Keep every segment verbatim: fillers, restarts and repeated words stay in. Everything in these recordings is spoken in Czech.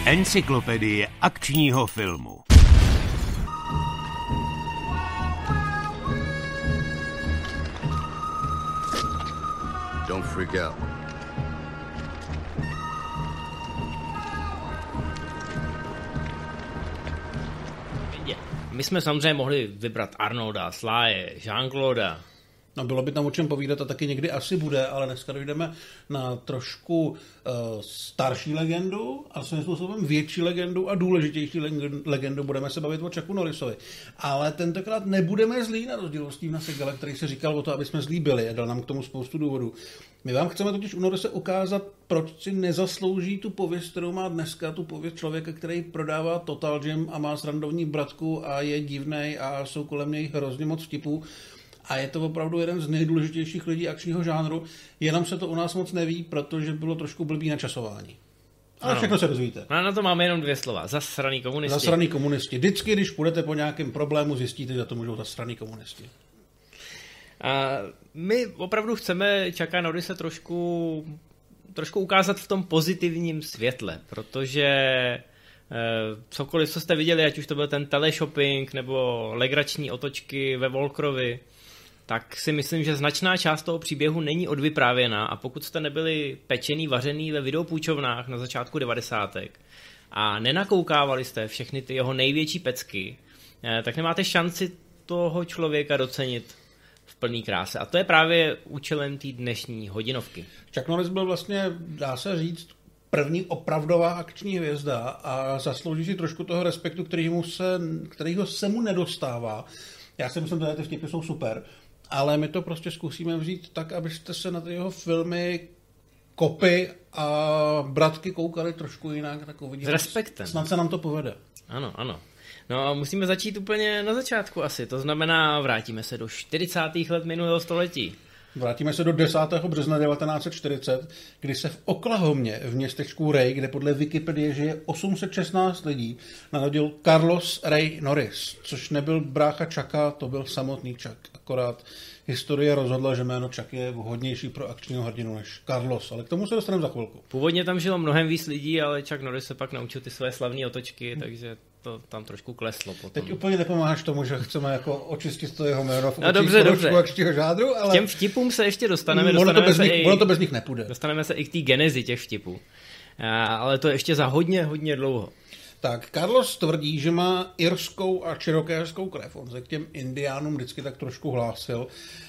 Encyklopedie akčního filmu. Don't freak out. My jsme samozřejmě mohli vybrat Arnolda, Slyje, Jean-Claude. No, bylo by tam o čem povídat a taky někdy asi bude, ale dneska dojdeme na trošku uh, starší legendu a svým způsobem větší legendu a důležitější legendu. Budeme se bavit o Chucku Norrisovi. Ale tentokrát nebudeme zlí na rozdíl od Stevena Seagala, který se říkal o to, aby jsme zlí byli a dal nám k tomu spoustu důvodů. My vám chceme totiž u Norrise ukázat, proč si nezaslouží tu pověst, kterou má dneska, tu pověst člověka, který prodává Total Gym a má srandovní bratku a je divnej a jsou kolem něj hrozně moc vtipů. A je to opravdu jeden z nejdůležitějších lidí akčního žánru, jenom se to u nás moc neví, protože bylo trošku blbý načasování. Ale ano. Všechno se dozvíte. No, na to máme jenom dvě slova. Zasraný komunisti. Zasraný komunisti. Vždycky, když půjdete po nějakém problému, zjistíte, že to můžou zasraný komunisti. A my opravdu chceme Chucka Norrise trošku, trošku ukázat v tom pozitivním světle, protože eh, cokoliv, co jste viděli, ať už to byl ten teleshopping nebo legrační otočky ve Volkerovi, tak si myslím, že značná část toho příběhu není odvyprávěná a pokud jste nebyli pečený, vařený ve videopůjčovnách na začátku devadesátek a nenakoukávali jste všechny ty jeho největší pecky, tak nemáte šanci toho člověka docenit v plný kráse. A to je právě účelem té dnešní hodinovky. Chuck Norris byl vlastně, dá se říct, první opravdová akční hvězda a zaslouží si trošku toho respektu, kterýho se, kterýho se mu nedostává. Já si myslím, že ty vtipy jsou super, ale my to prostě zkusíme vzít tak, abyste se na ty jeho filmy Kopy a Bratky koukali trošku jinak. Tak uvidíme. S respektem. Snad se nám to povede. Ano, ano. No a musíme začít úplně na začátku asi. To znamená, vrátíme se do čtyřicátých let minulého století. Vrátíme se do desátého března devatenáct set čtyřicet, kdy se v Oklahomě v městečku Ray, kde podle Wikipedie žije osm set šestnáct lidí, narodil Carlos Ray Norris, což nebyl brácha Chucka, to byl samotný Chuck. Akorát historie rozhodla, že jméno Chuck je vhodnější pro akčního hrdinu než Carlos, ale k tomu se dostaneme za chvilku. Původně tam žilo mnohem víc lidí, ale Chuck Norris se pak naučil ty své slavné otočky, hmm. takže to tam trošku kleslo potom. Teď úplně nepomáháš tomu, že chceme jako očistit to jeho jméno v no, dobře, dobře. akčního žádru, ale... K těm vtipům se ještě dostaneme. Ono, dostaneme to bez, se nich, i, ono to bez nich nepůjde. Dostaneme se i k té genezi těch vtipů. Ale to ještě za hodně, hodně dlouho. Tak, Carlos tvrdí, že má irskou a cherokéskou krev. On se k těm indiánům vždycky tak trošku hlásil.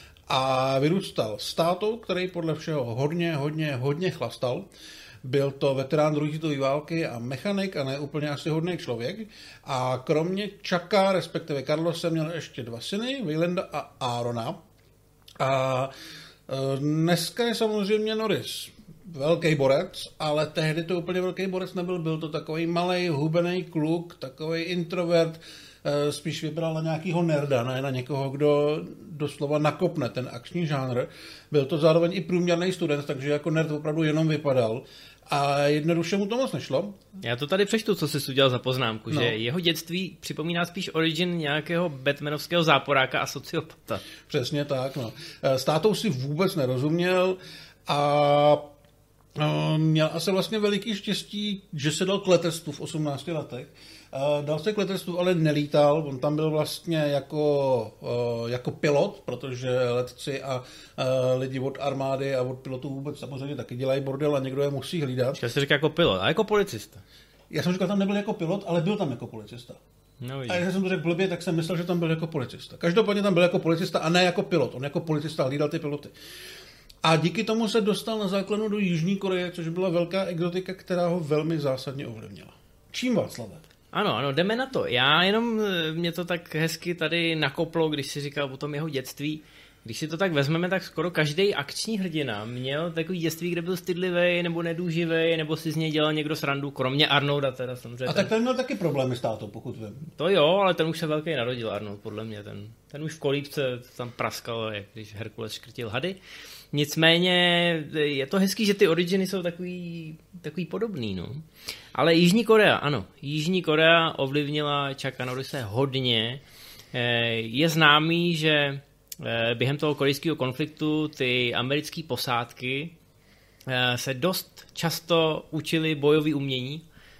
A vyrůstal s tátou, který podle všeho hodně, hodně, hodně chlastal. Byl to veterán druhé světové války a mechanik a ne úplně asi hodný člověk. A kromě Chucka, respektive Carlose, měl ještě dva syny, Waylanda a Aarona. A dneska je samozřejmě Norris velký borec, ale tehdy to úplně velký borec nebyl. Byl to takový malej, hubený kluk, takový introvert, spíš vybral na nějakýho nerda, ne na někoho, kdo doslova nakopne ten akční žánr. Byl to zároveň i průměrný student, takže jako nerd opravdu jenom vypadal. A jednoduše mu to moc nešlo. Já to tady přečtu, co jsi udělal za poznámku, no. Že jeho dětství připomíná spíš origin nějakého batmanovského záporáka a sociopata. Přesně tak, no. S tátou si vůbec nerozuměl a no, měl asi vlastně veliký štěstí, že se dal k letectvu v osmnácti letech. Dal se k letectvu, ale nelítal. On tam byl vlastně jako, jako pilot, protože letci a lidi od armády a od pilotů vůbec samozřejmě taky dělají bordel a někdo je musí hlídat. Já se říká jako pilot a jako policista. Já jsem říkal, tam nebyl jako pilot, ale byl tam jako policista. No, a když jsem to řekl blbě, tak jsem myslel, že tam byl jako policista. Každopádně tam byl jako policista a ne jako pilot. On jako policista hlídal ty piloty. A díky tomu se dostal na základnu do Jižní Koreje, což byla velká exotika, která ho velmi zásadně ovlivnila. Čím, Václave? Ano, ano, jdeme na to. Já jenom, mě to tak hezky tady nakoplo, když si říkal o tom jeho dětství. Když si to tak vezmeme, tak skoro každý akční hrdina měl takový dětství, kde byl stydlivý nebo nedůživý, nebo si z něj dělal někdo srandu, kromě Arnolda teda samozřejmě. A tak ten měl taky problémy s tátou, pokud vím. To jo, ale ten už se velký narodil, Arnold, podle mě. Ten, ten už v kolíbce tam praskal, jak když Herkules škrtil hady. Nicméně je to hezký, že ty originy jsou takový, takový podobný, no. Ale Jižní Korea, ano. Jižní Korea ovlivnila Chucka Norrise hodně. Je známý, že během toho korejského konfliktu ty americké posádky se dost často učili bojové umění,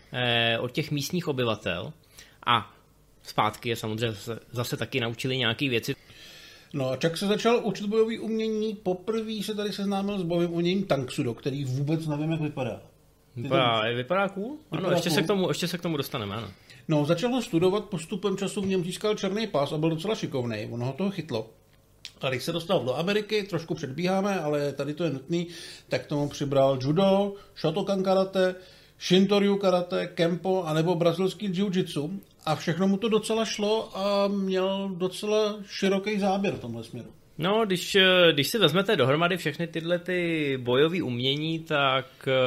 eh, od těch místních obyvatel a zpátky je samozřejmě zase, zase taky naučili nějaké věci. No a Chuck se začal učit bojový umění, poprvé se tady seznámil s bojovým uměním Tanksudo, který vůbec nevím, jak vypadá. Vypadá, vypadá cool? Ano, vypadá ještě, cool. Se k tomu, ještě se k tomu dostaneme, ano. No, začal ho studovat, postupem času v něm získal černý pás a byl docela šikovnej, ono ho toho chytlo. A když se dostal do Ameriky, trošku předbíháme, ale tady to je nutný, tak tomu přibral judo, Shotokan karate, Shintoryu karate, kempo anebo brazilský jiu-jitsu a všechno mu to docela šlo a měl docela široký záběr v tomhle směru. No, když, když si vezmete dohromady všechny tyhle ty bojové umění, tak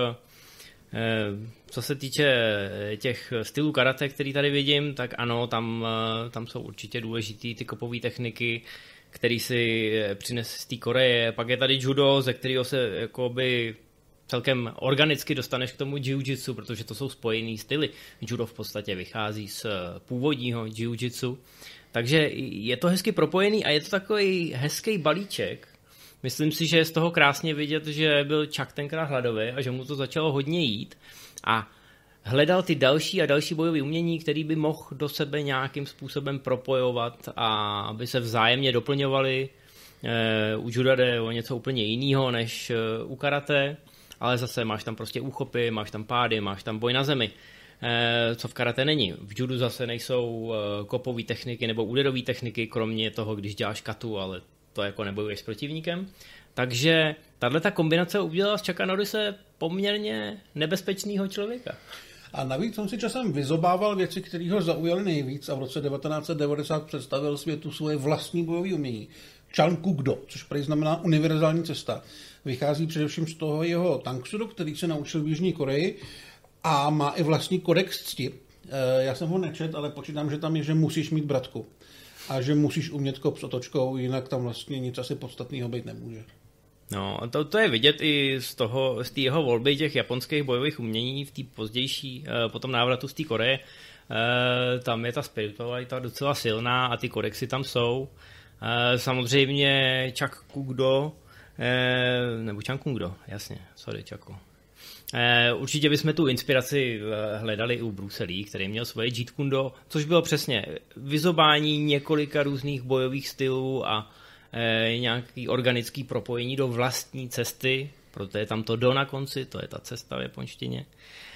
co se týče těch stylů karate, který tady vidím, tak ano, tam, tam jsou určitě důležitý ty kopové techniky, který si přines z té Koreje. Pak je tady judo, ze kterého se jakoby celkem organicky dostaneš k tomu jiu-jitsu, protože to jsou spojený styly. Judo v podstatě vychází z původního jiu-jitsu. Takže je to hezky propojený a je to takový hezký balíček. Myslím si, že je z toho krásně vidět, že byl Chuck tenkrát hladový a že mu to začalo hodně jít a hledal ty další a další bojové umění, který by mohl do sebe nějakým způsobem propojovat a aby se vzájemně doplňovali. E, u juda jde o něco úplně jiného než u karate, ale zase máš tam prostě úchopy, máš tam pády, máš tam boj na zemi, e, co v karate není. V judu zase nejsou e, kopové techniky nebo úderové techniky, kromě toho, když děláš katu, ale to jako nebojuješ s protivníkem. Takže tato kombinace udělala z Chucka Norrise poměrně nebezpečného člověka. A navíc on si časem vyzobával věci, které ho zaujaly nejvíc a v roce devatenáct set devadesát představil světu svoje vlastní bojové umění. Chankukdo, což prý znamená univerzální cesta. Vychází především z toho jeho Tanksudo, který se naučil v Jižní Koreji a má i vlastní kodex cti. Já jsem ho nečet, ale počítám, že tam je, že musíš mít bratku a že musíš umět kop s otočkou, jinak tam vlastně nic asi podstatného být nemůže. No, to, to je vidět i z toho, z té jeho volby těch japonských bojových umění v té pozdější, po tom návratu z té Koreje. Tam je ta spiritualita docela silná a ty kodexy tam jsou. Samozřejmě Chankukdo, nebo Chankukdo, jasně, sorry, Chaku. Určitě bychom tu inspiraci hledali i u Bruce Lee, který měl svoje Jeet Kundo, což bylo přesně vyzobání několika různých bojových stylů a nějaký organický propojení do vlastní cesty, proto je tam to do na konci, to je ta cesta v japonštině.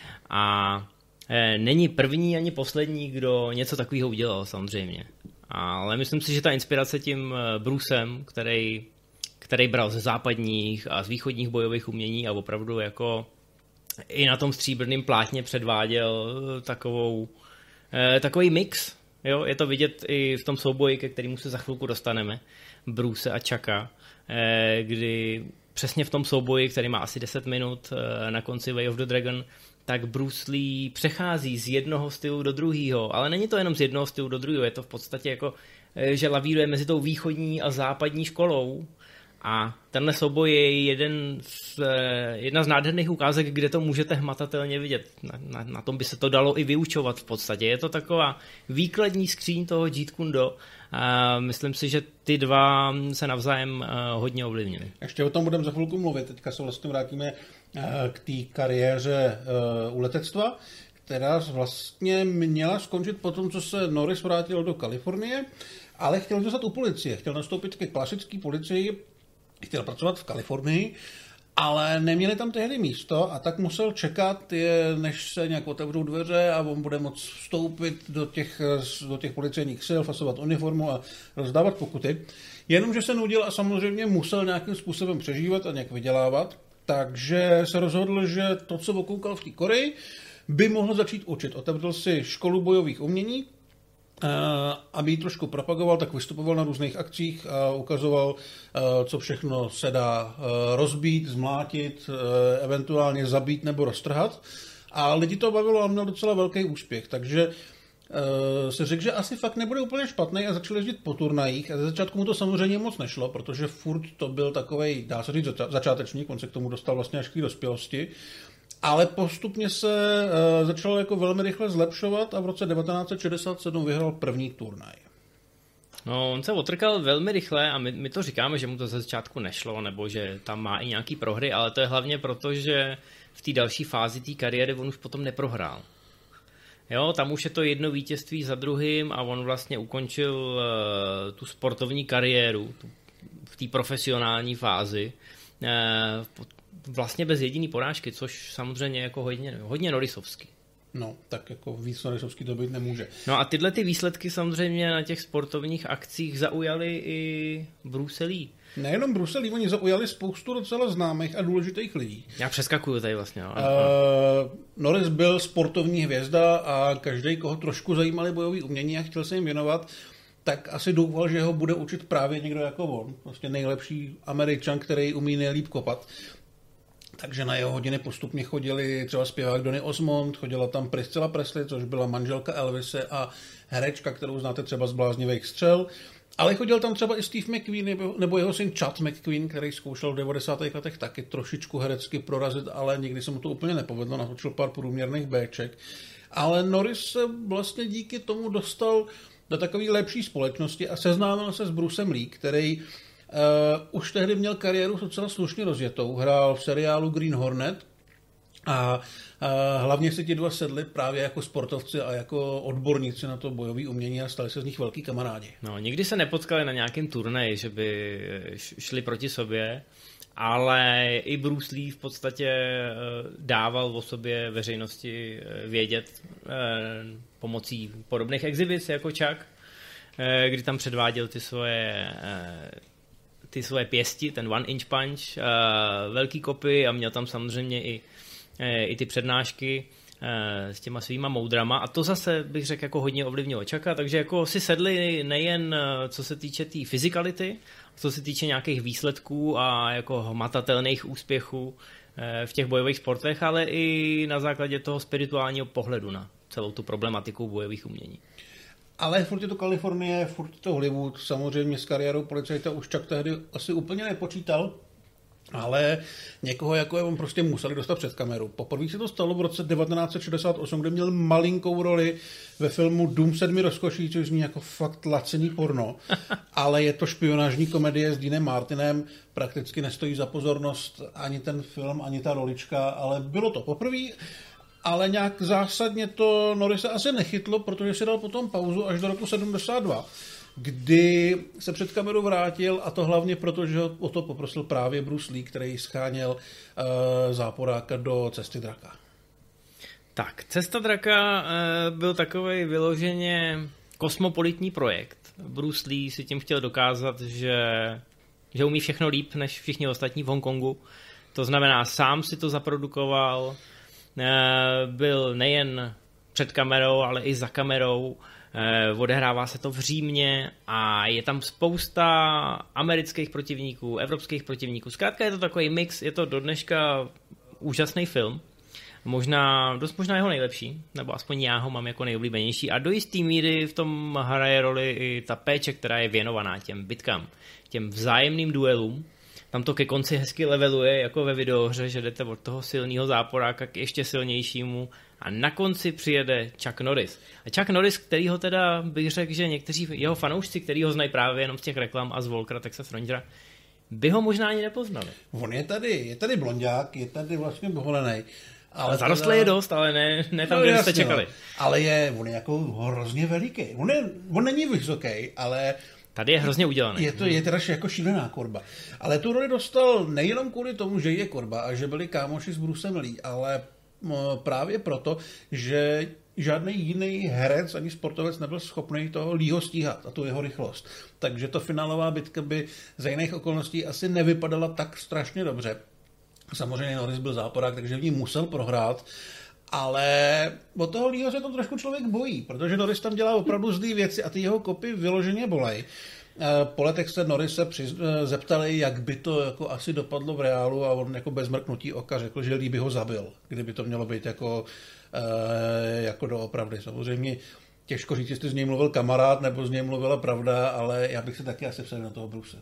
A není první ani poslední, kdo něco takového udělal samozřejmě. Ale myslím si, že ta inspirace tím Brucem, který, který bral ze západních a z východních bojových umění a opravdu jako i na tom stříbrném plátně předváděl takovou, takový mix. Jo? Je to vidět i v tom souboji, ke kterému se za chvilku dostaneme, Bruce a Chucka, kdy přesně v tom souboji, který má asi deset minut na konci Way of the Dragon, tak Bruce Lee přechází z jednoho stylu do druhého, ale není to jenom z jednoho stylu do druhého, je to v podstatě jako, že lavíruje mezi tou východní a západní školou a tenhle souboj je jeden z, jedna z nádherných ukázek, kde to můžete hmatatelně vidět. Na, na, na tom by se to dalo i vyučovat v podstatě. Je to taková výkladní skříň toho Jeet Kundo a myslím si, že ty dva se navzájem hodně ovlivnili. Ještě o tom budeme za chvilku mluvit. Teďka se vlastně vrátíme k té kariéře u letectva, která vlastně měla skončit po tom, co se Norris vrátil do Kalifornie, ale chtěl dostat u policie. Chtěl nastoupit ke klasické policii, chtěl pracovat v Kalifornii, ale neměli tam tehdy místo a tak musel čekat, než se nějak otevřou dveře a on bude moct vstoupit do těch, do těch policejních sil, fasovat uniformu a rozdávat pokuty. Jenomže se nudil a samozřejmě musel nějakým způsobem přežívat a nějak vydělávat, takže se rozhodl, že to, co okoukal v té Koreji, by mohl začít učit. Otevřel si školu bojových umění, aby ji trošku propagoval, tak vystupoval na různých akcích a ukazoval, co všechno se dá rozbít, zmlátit, eventuálně zabít nebo roztrhat. A lidi to bavilo a měl docela velký úspěch, takže se řekl, že asi fakt nebude úplně špatný a začal jezdit po turnajích. A ze začátku mu to samozřejmě moc nešlo, protože furt to byl takovej, dá se říct, začátečník, on se k tomu dostal vlastně až k té dospělosti. Ale postupně se uh, začal jako velmi rychle zlepšovat a v roce devatenáct set šedesát sedm vyhrál první turnaj. No, on se otrkal velmi rychle a my, my to říkáme, že mu to ze začátku nešlo, nebo že tam má i nějaký prohry, ale to je hlavně proto, že v té další fázi té kariéry on už potom neprohrál. Jo, tam už je to jedno vítězství za druhým a on vlastně ukončil uh, tu sportovní kariéru tu, v té profesionální fázi uh, vlastně bez jediný porážky, což samozřejmě jako hodně, hodně Norrisovský. No, tak jako víc Norrisovský to být nemůže. No a tyhle ty výsledky samozřejmě na těch sportovních akcích zaujaly i Bruce Lee. Nejenom Bruce Lee, oni zaujali spoustu docela známých a důležitých lidí. Já přeskakuju tady vlastně. No. Uh, Norris byl sportovní hvězda a každý, koho trošku zajímali bojový umění a chtěl se jim věnovat, tak asi doufal, že ho bude učit právě někdo jako on. Vlastně nejlepší Američan, který umí nejlíp kopat. Takže na jeho hodiny postupně chodili třeba zpěvák Donny Osmond, chodila tam Priscilla Presley, což byla manželka Elvise a herečka, kterou znáte třeba z Bláznivých střel. Ale chodil tam třeba i Steve McQueen nebo jeho syn Chad McQueen, který zkoušel v devadesátých letech taky trošičku herecky prorazit, ale nikdy se mu to úplně nepovedlo, natočil pár průměrných béček. Ale Norris se vlastně díky tomu dostal do takové lepší společnosti a seznámil se s Brucem Lee, který Uh, už tehdy měl kariéru docela slušně rozjetou, hrál v seriálu Green Hornet a uh, hlavně si ti dva sedli právě jako sportovci a jako odborníci na to bojové umění a stali se z nich velký kamarádi. No, nikdy se nepotkali na nějakém turnaji, že by šli proti sobě, ale i Bruce Lee v podstatě dával o sobě veřejnosti vědět pomocí podobných exhibic jako Chuck, kdy tam předváděl ty svoje ty svoje pěsti, ten one inch punch, uh, velký kopy a měl tam samozřejmě i, i ty přednášky uh, s těma svýma moudrama a to zase bych řekl jako hodně ovlivnilo Chucka, takže jako si sedli nejen co se týče té tý physicality, co se týče nějakých výsledků a jako hmatatelných úspěchů uh, v těch bojových sportech, ale i na základě toho spirituálního pohledu na celou tu problematiku bojových umění. Ale furt je to Kalifornie, furt je to Hollywood, samozřejmě s kariérou policajta už Chuck tehdy asi úplně nepočítal, ale někoho jako je on prostě museli dostat před kameru. Poprvé se to stalo v roce devatenáct set šedesát osm, kde měl malinkou roli ve filmu Dům sedmi rozkoší, což zní jako fakt lacený porno, ale je to špionážní komedie s Deanem Martinem, prakticky nestojí za pozornost ani ten film, ani ta rolička, ale bylo to poprvé. Ale nějak zásadně to Norrise asi nechytlo, protože si dal potom pauzu až do roku sedmdesát dva, kdy se před kameru vrátil a to hlavně proto, že ho o to poprosil právě Bruce Lee, který scháněl uh, záporáka do Cesty draka. Tak, Cesta draka uh, byl takovej vyloženě kosmopolitní projekt. Bruce Lee si tím chtěl dokázat, že, že umí všechno líp než všichni ostatní v Hongkongu. To znamená, sám si to zaprodukoval, byl nejen před kamerou, ale i za kamerou. Odehrává se to v Římě a je tam spousta amerických protivníků, evropských protivníků. Zkrátka je to takový mix, je to do dneška úžasný film. Možná, dost možná jeho nejlepší, nebo aspoň já ho mám jako nejoblíbenější. A do jistý míry v tom hraje roli i ta péče, která je věnovaná těm bitkám, těm vzájemným duelům. Tam to ke konci hezky leveluje, jako ve videohře, že jdete od toho silného záporáka k ještě silnějšímu a na konci přijede Chuck Norris. A Chuck Norris, který ho teda bych řekl, že někteří jeho fanoušci, který ho znají právě jenom z těch reklam a z Walkera Texas Rangera, by ho možná ani nepoznali. On je tady, je tady blonďák, je tady vlastně boholenej. Ale zarostlý teda... je dost, ale ne, ne tam, no, kde jasně, jste čekali. No. Ale je, on je jako hrozně veliký. On, je, on není vysoký, ale... Tady je hrozně udělaný. Je to je teda jako šílená korba. Ale tu roli dostal nejenom kvůli tomu, že je korba a že byli kámoši s Brucem Lee, ale právě proto, že žádný jiný herec ani sportovec nebyl schopný toho Leeho stíhat a tu jeho rychlost. Takže to finálová bitka by za jiných okolností asi nevypadala tak strašně dobře. Samozřejmě Norris byl záporák, takže v ní musel prohrát, ale od toho Leeho se to trošku člověk bojí, protože Norris tam dělá opravdu zlý věci a ty jeho kopy vyloženě bolej. Po letech se Norrise přiz... zeptali, jak by to jako asi dopadlo v reálu a on jako bez mrknutí oka řekl, že Lee by ho zabil, kdyby to mělo být jako, jako doopravdy. Samozřejmě těžko říct, jestli z něj mluvil kamarád nebo z něj mluvila pravda, ale já bych se taky asi vsadil na toho Bruce.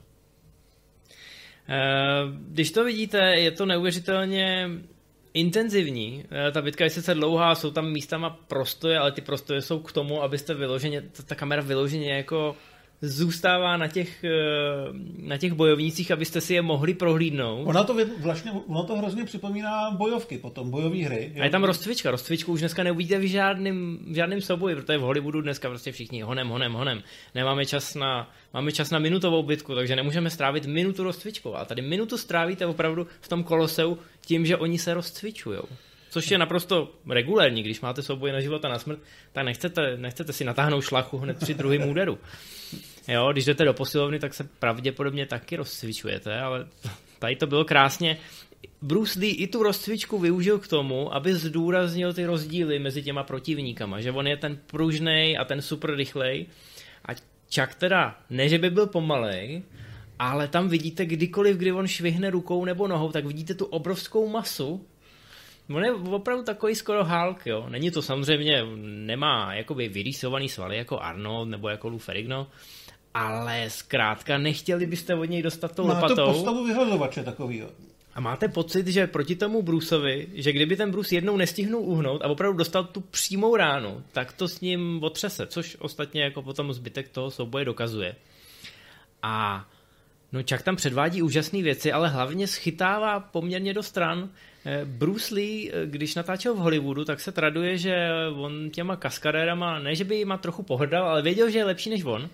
Když to vidíte, je to neuvěřitelně intenzivní. Ta bitka je sice dlouhá, jsou tam místama prostoje, ale ty prostoje jsou k tomu, abyste vyloženě, ta kamera vyloženě jako zůstává na těch, na těch bojovnících, abyste si je mohli prohlídnout. Ono to, vlastně, ono to hrozně připomíná bojovky potom, bojové hry. A je tam rozcvička. Rozcvičku už dneska neuvidíte v žádným, v žádným souboji, protože v Hollywoodu dneska prostě všichni honem, honem, honem. Nemáme čas na, máme čas na minutovou bitku, takže nemůžeme strávit minutu rozcvičkou. A tady minutu strávíte opravdu v tom koloseu tím, že oni se rozcvičujou. Což je naprosto regulérní, když máte souboje na život a na smrt, tak nechcete, nechcete si natáhnout šlachu hned při druhém úderu. Jo, když jdete do posilovny, tak se pravděpodobně taky rozcvičujete, ale tady to bylo krásně. Bruce Lee i tu rozcvičku využil k tomu, aby zdůraznil ty rozdíly mezi těma protivníkama, že on je ten pružnej a ten super rychlej a Chuck teda, ne že by byl pomalej, ale tam vidíte kdykoliv, kdy on švihne rukou nebo nohou, tak vidíte tu obrovskou masu. On je opravdu takový skoro Hulk, jo. Není to samozřejmě, nemá jakoby vyrýsovaný svaly jako Arnold nebo jako Lou Ferrigno, ale zkrátka nechtěli byste od něj dostat tou má lopatou. Má to postavu vyhazovače takovýho. A máte pocit, že proti tomu Bruceovi, že kdyby ten Bruce jednou nestihnul uhnout a opravdu dostal tu přímou ránu, tak to s ním otřese, což ostatně jako potom zbytek toho souboje dokazuje. A no Chuck tam předvádí úžasné věci, ale hlavně schytává poměrně do stran. Bruce Lee, když natáčel v Hollywoodu, tak se traduje, že on těma kaskadérama, ne že by jima trochu pohrdal, ale věděl, že je lepší než on.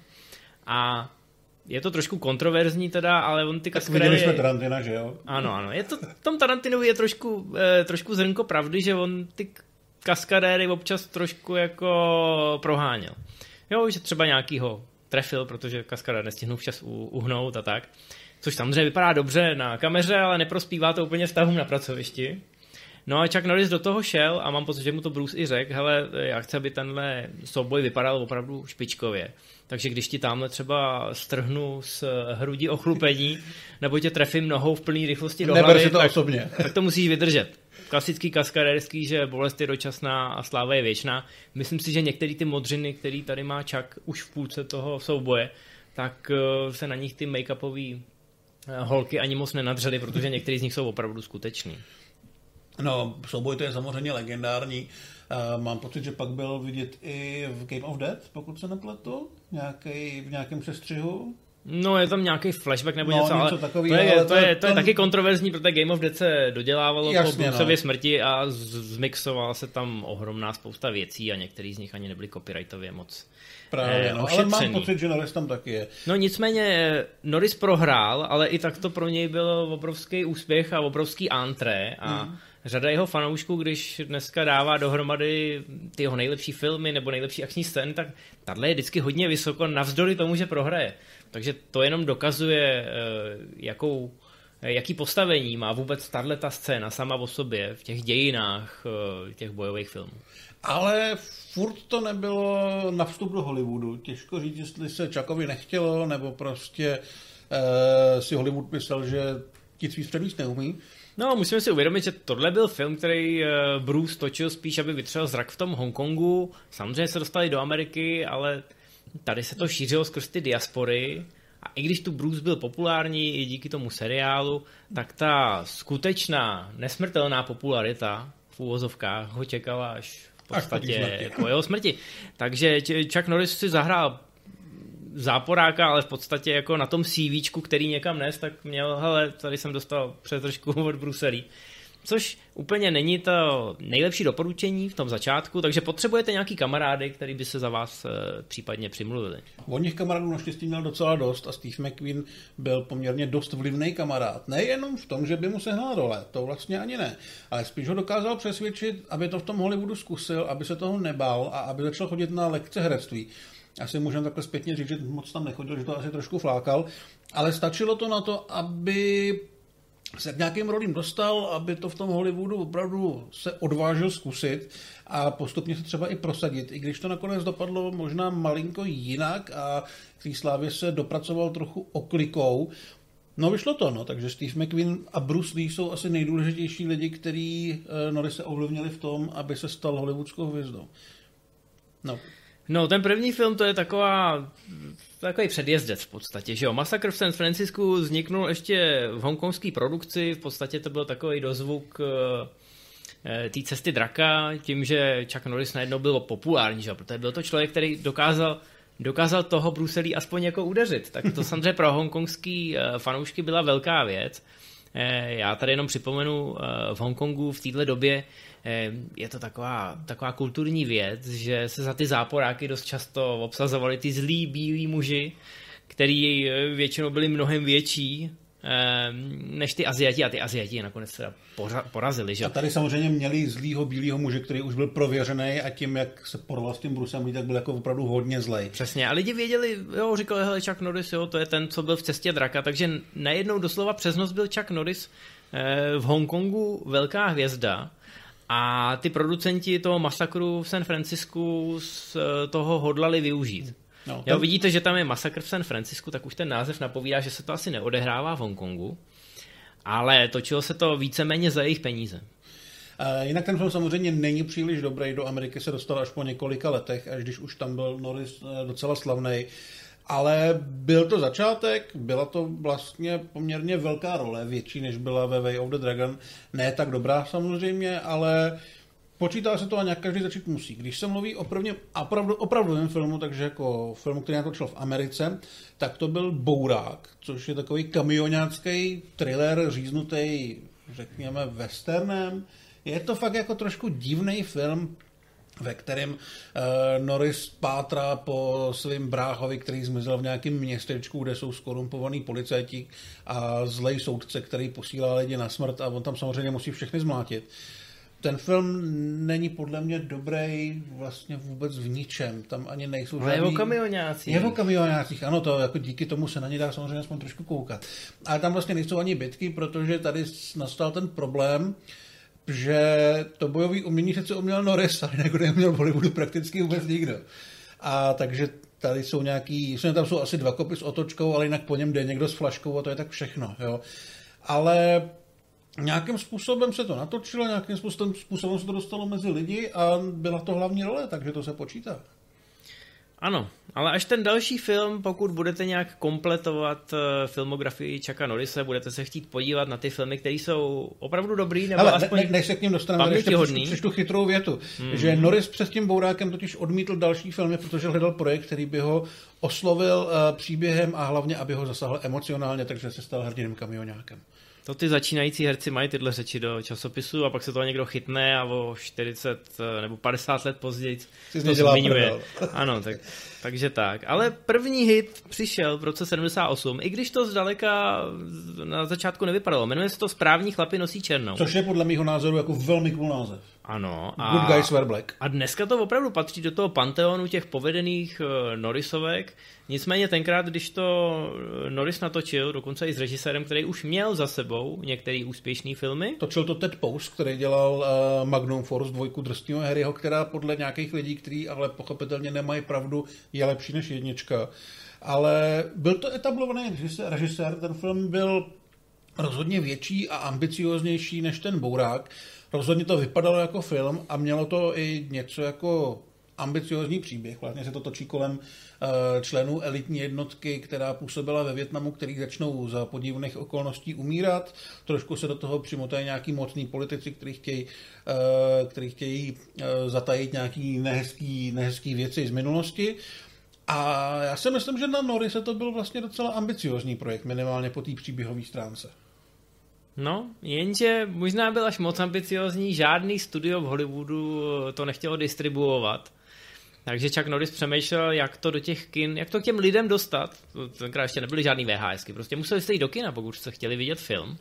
A je to trošku kontroverzní teda, ale on ty kaskadéry... Tak viděli jsme Tarantina, že jo? Ano, ano. Je to, v tom Tarantinovi je trošku, eh, trošku zrnko pravdy, že on ty kaskadéry občas trošku jako proháněl. Jo, že třeba nějakýho trefil, protože kaskadér nestihnul včas uhnout a tak. Což samozřejmě vypadá dobře na kameře, ale neprospívá to úplně vztahům na pracovišti. No a Chuck Norris do toho šel a mám pocit, že mu to Bruce i řekl, hele, já chci, aby tenhle souboj vypadal opravdu špičkově. Takže když ti tamhle třeba strhnu z hrudi ochlupení, nebo tě trefím nohou v plný rychlosti do hlavy, to tak, osobně. tak to musíš vydržet. Klasický kaskadérský, že bolest je dočasná a sláva je věčná. Myslím si, že některé ty modřiny, který tady má Chuck už v půlce toho souboje, tak se na nich ty make-upové holky ani moc nenadřely, protože některý z nich jsou opravdu skutečný. No, souboj to je samozřejmě legendární. Uh, mám pocit, že pak byl vidět i v Game of Death, pokud se nepletu, nějaký, v nějakém přestřihu. No, je tam nějaký flashback nebo no, něco, ale takový, to, je, ale to, je, to je ten... taky kontroverzní, protože Game of Death se dodělávalo Jasně, po Bruceově no. smrti a zmixovala se tam ohromná spousta věcí a některý z nich ani nebyly copyrightově moc Právě, eh, no, ale mám pocit, že Norris tam taky je. No nicméně Norris prohrál, ale i tak to pro něj byl obrovský úspěch a obrovský antré a mm. řada jeho fanoušků, když dneska dává dohromady ty jeho nejlepší filmy nebo nejlepší akční scény, tak tahle je vždycky hodně vysoko navzdory tomu, že prohraje. Takže to jenom dokazuje, jakou, jaký postavení má vůbec tato scéna sama o sobě v těch dějinách těch bojových filmů. Ale furt to nebylo na vstup do Hollywoodu. Těžko říct, jestli se Chuckovi nechtělo, nebo prostě eh, si Hollywood myslel, že nic víc předvíc neumí. No, musíme si uvědomit, že tohle byl film, který Bruce točil spíš, aby vytřel zrak v tom Hongkongu. Samozřejmě se dostali do Ameriky, ale tady se to šířilo skrz ty diaspory. A i když tu Bruce byl populární i díky tomu seriálu, tak ta skutečná, nesmrtelná popularita v úvozovkách ho čekala až v podstatě po jeho smrti. Takže Chuck Norris si zahrál záporáka, ale v podstatě jako na tom CVčku, který někam nes, tak měl, hele, tady jsem dostal přetržku od Bruce Lee. Což úplně není to nejlepší doporučení v tom začátku, takže potřebujete nějaký kamarády, který by se za vás e, případně přimluvili. On těch kamarádů naštěstí měl docela dost a Steve McQueen byl poměrně dost vlivný kamarád. Nejenom v tom, že by mu sehnal role, to vlastně ani ne, ale spíš ho dokázal přesvědčit, aby to v tom Hollywoodu zkusil, aby se toho nebál a aby začal chodit na lekce herectví. Asi můžeme takhle zpětně říct, že moc tam nechodil, že to asi trošku flákal, ale stačilo to na to, aby se k nějakým rolím dostal, aby to v tom Hollywoodu opravdu se odvážil zkusit a postupně se třeba i prosadit, i když to nakonec dopadlo možná malinko jinak a k té slávě se dopracoval trochu oklikou. No vyšlo to, no, takže Steve McQueen a Bruce Lee jsou asi nejdůležitější lidi, kteří Norris se ovlivnili v tom, aby se stal hollywoodskou hvězdou. No. No, ten první film to je taková, takový předjezdec v podstatě, že jo. Masakr v San Francisku vzniknul ještě v hongkongské produkci, v podstatě to byl takový dozvuk e, té cesty draka, tím, že Chuck Norris najednou byl populární, že jo, protože byl to člověk, který dokázal dokázal toho Bruce Lee aspoň jako udeřit. Tak to samozřejmě pro hongkongský fanoušky byla velká věc. Já tady jenom připomenu, v Hongkongu v této době je to taková, taková kulturní věc, že se za ty záporáky dost často obsazovali ty zlí bílí muži, který většinou byli mnohem větší než ty Aziati, a ty Aziati je nakonec teda porazili. Že? A tady samozřejmě měli zlýho bílého muže, který už byl prověřený a tím, jak se porval s tím Brucem Lee, tak byl jako opravdu hodně zlej. Přesně, a lidi věděli, jo, říkali, hele, Chuck Norris, jo, to je ten, co byl v Cestě draka, takže najednou doslova přes noc byl Chuck Norris v Hongkongu velká hvězda a ty producenti toho masakru v San Francisku z toho hodlali využít. No, ten... Jo, vidíte, že tam je masakr v San Francisku, tak už ten název napovídá, že se to asi neodehrává v Hongkongu, ale točilo se to víceméně za jejich peníze. A jinak ten film samozřejmě není příliš dobrý, do Ameriky se dostal až po několika letech, až když už tam byl Norris docela slavnej, ale byl to začátek, byla to vlastně poměrně velká role, větší než byla ve Way of the Dragon, ne tak dobrá samozřejmě, ale počítá se to a nějak každý začít musí. Když se mluví o prvním opravdu, opravdovém filmu, takže jako filmu, který natočil v Americe, tak to byl Bourák, což je takový kamioňácký thriller říznutý, řekněme, westernem. Je to fakt jako trošku divný film, ve kterém uh, Norris pátrá po svým bráchovi, který zmizel v nějakém městečku, kde jsou skorumpovaný policajti a zlej soudce, který posílá lidi na smrt a on tam samozřejmě musí všechny zmlátit. Ten film není podle mě dobrý vlastně vůbec v ničem. Tam ani nejsou žádný... Ale je o kamioňácích. Je o kamioňácích, ano, to jako díky tomu se na ně dá samozřejmě aspoň trošku koukat. Ale tam vlastně nejsou ani bitky, protože tady nastal ten problém, že to bojové umění sice uměl Norris, ale jako neuměl v Hollywoodu prakticky vůbec nikdo. A takže tady jsou nějaký, tam jsou asi dva kopy s otočkou, ale jinak po něm jde někdo s flaškou a to je tak všechno. Jo. Ale nějakým způsobem se to natočilo, nějakým způsobem, způsobem se to dostalo mezi lidi a byla to hlavní role, takže to se počítá. Ano, ale až ten další film, pokud budete nějak kompletovat filmografii Chucka Norrise, budete se chtít podívat na ty filmy, které jsou opravdu dobrý, nebo ale aspoň ne, než se k ním dostaneme, ještě přečtu chytrou větu, hmm. že Norris před tím Bourákem totiž odmítl další filmy, protože hledal projekt, který by ho oslovil uh, příběhem a hlavně, aby ho zasáhl emocionálně, takže se stal hrdiným kamioňákem. To ty začínající herci mají tyhle řeči do časopisu a pak se toho někdo chytne a o čtyřicet nebo padesát let později to zmiňuje. Ano, tak, takže tak. Ale první hit přišel v roce sedmdesát osm, i když to zdaleka na začátku nevypadalo. Jmenuje se to Správní chlapi nosí černou. Což je podle mýho názoru jako velmi cool název. Ano. A, Good Guys Wear Black. A dneska to opravdu patří do toho panteonu těch povedených uh, Norrisovek. Nicméně tenkrát, když to Norris natočil, dokonce i s režisérem, který už měl za sebou některé úspěšné filmy. Točil to Ted Post, který dělal uh, Magnum Force, dvojku Drsného Harryho, která podle nějakých lidí, kteří ale pochopitelně nemají pravdu, je lepší než jednička. Ale byl to etablovaný režisér, ten film byl rozhodně větší a ambicioznější než ten Bourák. Rozhodně to vypadalo jako film a mělo to i něco jako ambiciozní příběh. Vlastně se to točí kolem uh, členů elitní jednotky, která působila ve Vietnamu, který začnou za podivných okolností umírat. Trošku se do toho přimotají nějaký mocní politici, kteří chtějí, uh, kteří chtějí uh, zatajit nějaký nehezký, nehezký věci z minulosti. A já si myslím, že na Norrise to byl vlastně docela ambiciozní projekt, minimálně po té příběhové stránce. No, jenže možná byl až moc ambiciozní, žádný studio v Hollywoodu to nechtělo distribuovat. Takže Chuck Norris přemýšlel, jak to do těch kin, jak to k těm lidem dostat. Tenkrát ještě nebyly žádný VHSky, prostě museli jste jít do kina, pokud jste chtěli vidět film.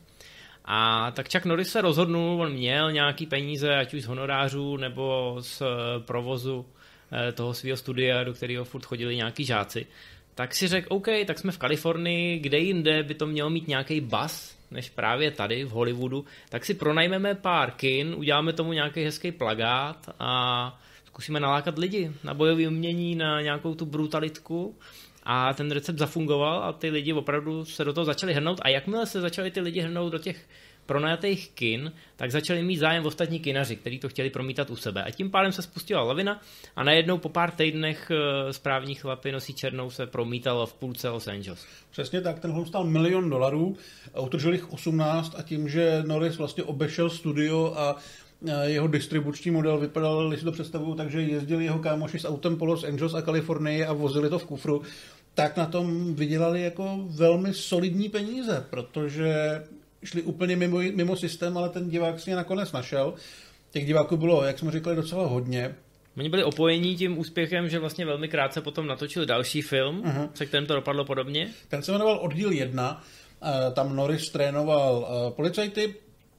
A tak Chuck Norris se rozhodnul, on měl nějaký peníze, ať už z honorářů nebo z provozu toho svého studia, do kterého furt chodili nějaký žáci. Tak si řekl, OK, tak jsme v Kalifornii, kde jinde by to mělo mít nějaký buzz, než právě tady v Hollywoodu, tak si pronajmeme pár kin, uděláme tomu nějaký hezký plakát a zkusíme nalákat lidi na bojové umění, na nějakou tu brutalitku a ten recept zafungoval a ty lidi opravdu se do toho začali hrnout a jakmile se začali ty lidi hrnout do těch pronajatých kin, tak začali mít zájem ostatní kinaři, kteří to chtěli promítat u sebe. A tím pádem se spustila lavina a najednou po pár týdnech Správní chlapi nosí černou se promítalo v půlce Los Angeles. Přesně tak, ten film stál milion dolarů, utržil jich osmnáct a tím, že Norris vlastně obešel studio a jeho distribuční model vypadal, když si to představuju, takže jezdili jeho kámoši s autem po Los Angeles a Kalifornii a vozili to v kufru, tak na tom vydělali jako velmi solidní peníze, protože šli úplně mimo, mimo systém, ale ten divák si je nakonec našel. Těch diváků bylo, jak jsme říkali, docela hodně. Oni byli opojení tím úspěchem, že vlastně velmi krátce potom natočili další film, uh-huh. se kterým to dopadlo podobně. Ten se jmenoval Oddíl jedna, tam Norris trénoval policajty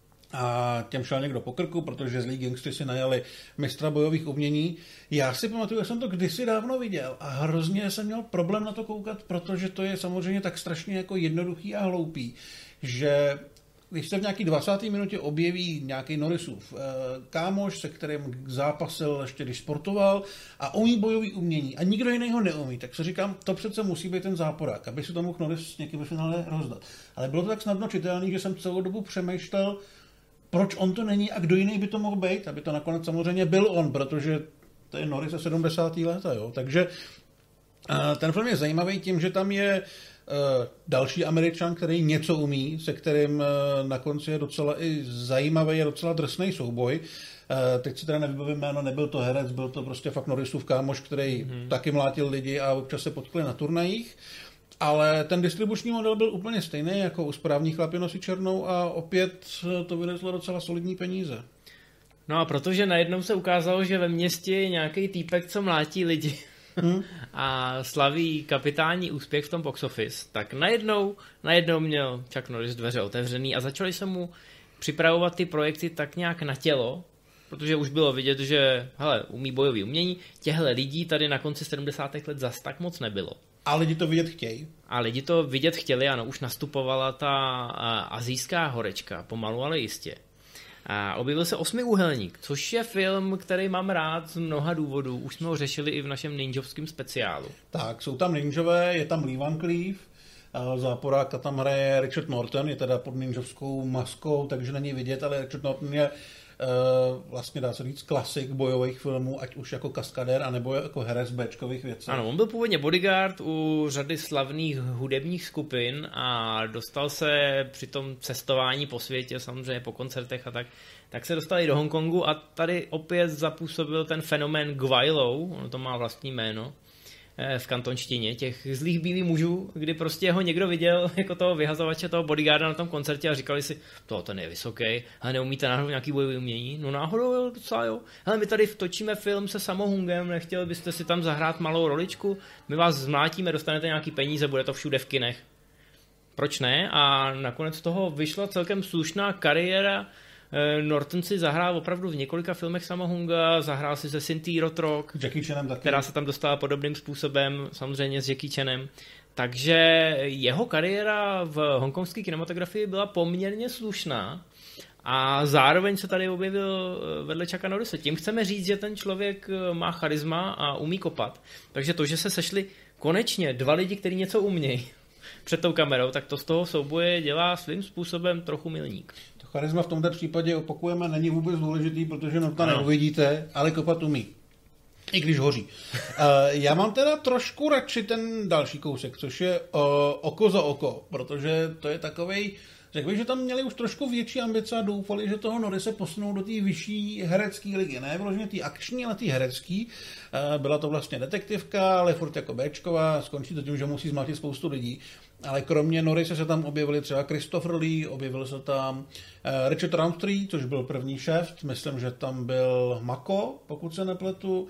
a těm šel někdo po krku, protože zlí gangstři si najali mistra bojových umění. Já si pamatuju, že jsem to kdysi dávno viděl a hrozně jsem měl problém na to koukat, protože to je samozřejmě tak strašně jako jednoduchý a hloupý, že když se v nějaký dvacáté minutě objeví nějaký Norrisův kámoš, se kterým zápasil ještě když sportoval a umí bojový umění a nikdo jiný ho neumí, tak se říkám, to přece musí být ten záporák, aby si to mohl Norris někým ve finále rozdat. Ale bylo to tak snadno čitelný, že jsem celou dobu přemýšlel, proč on to není a kdo jiný by to mohl být, aby to nakonec samozřejmě byl on, protože to je Norris ze sedmdesátých let, jo. Takže ten film je zajímavý tím, že tam je další Američan, který něco umí, se kterým na konci je docela i zajímavý, a docela drsný souboj. Teď si teda nevybavím jméno, nebyl to herec, byl to prostě fakt Norrisův kámoš, který hmm. taky mlátil lidi a občas se potkli na turnajích. Ale ten distribuční model byl úplně stejný jako u Správní chlapi nosí černou a opět to vylezlo docela solidní peníze. No a protože najednou se ukázalo, že ve městě je nějaký týpek, co mlátí lidi hmm. a slaví kapitální úspěch v tom box office, tak najednou, najednou měl Chuck Norris dveře otevřený a začali se mu připravovat ty projekty tak nějak na tělo, protože už bylo vidět, že hele, umí bojový umění, těhle lidí tady na konci sedmdesátých let zas tak moc nebylo. A lidi to vidět chtějí. A lidi to vidět chtěli, ano, už nastupovala ta asijská horečka, pomalu, ale jistě. A objevil se Osmiúhelník, což je film, který mám rád z mnoha důvodů. Už jsme ho řešili i v našem ninjovském speciálu. Tak, jsou tam ninjové, je tam Lee Van Cleef, záporáka tam hraje Richard Norton, je teda pod ninjovskou maskou, takže není vidět, ale Richard Norton je Uh, vlastně dá se říct klasik bojových filmů, ať už jako kaskadér, anebo jako herec béčkových věcí. Ano, on byl původně bodyguard u řady slavných hudebních skupin a dostal se při tom cestování po světě, samozřejmě po koncertech a tak, tak se dostal i do Hongkongu a tady opět zapůsobil ten fenomén Gwailou, ono to má vlastní jméno, v kantonštině, těch zlých bílých mužů, kdy prostě ho někdo viděl jako toho vyhazovače, toho bodyguarda na tom koncertě a říkali si, to ten je vysoký, ale neumíte náhodou nějaký bojový umění? No náhodou jo, docela jo. Hele, my tady točíme film se Samohungem, nechtěli byste si tam zahrát malou roličku? My vás zmlátíme, dostanete nějaký peníze, bude to všude v kinech. Proč ne? A nakonec z toho vyšla celkem slušná kariéra. Norton si zahrál opravdu v několika filmech Samohunga, zahrál si se Cynthia Rothrock, která se tam dostala podobným způsobem, samozřejmě s Jackie Chanem. Takže jeho kariéra v hongkongské kinematografii byla poměrně slušná a zároveň se tady objevil vedle Chucka Norrise. Tím chceme říct, že ten člověk má charisma a umí kopat. Takže to, že se sešli konečně dva lidi, kteří něco umějí před tou kamerou, tak to z toho souboje dělá svým způsobem trochu milník. Charisma v tomto případě, opakujeme, není vůbec důležitý, protože Norta neuvidíte, ale kopat umí. I když hoří. Uh, já mám teda trošku radši ten další kousek, což je uh, Oko za oko, protože to je takovej, řekl bych, že tam měli už trošku větší ambice a doufali, že toho Norrise posunou do té vyšší herecké ligy. Ne vložně té akční, ale té herecký. Uh, byla to vlastně detektivka, ale furt jako béčková, skončí to tím, že musí zmlátit spoustu lidí. Ale kromě Norrise se tam objevili třeba Christopher Lee, objevil se tam uh, Richard Roundtree, což byl první šéf, myslím, že tam byl Mako, pokud se nepletu.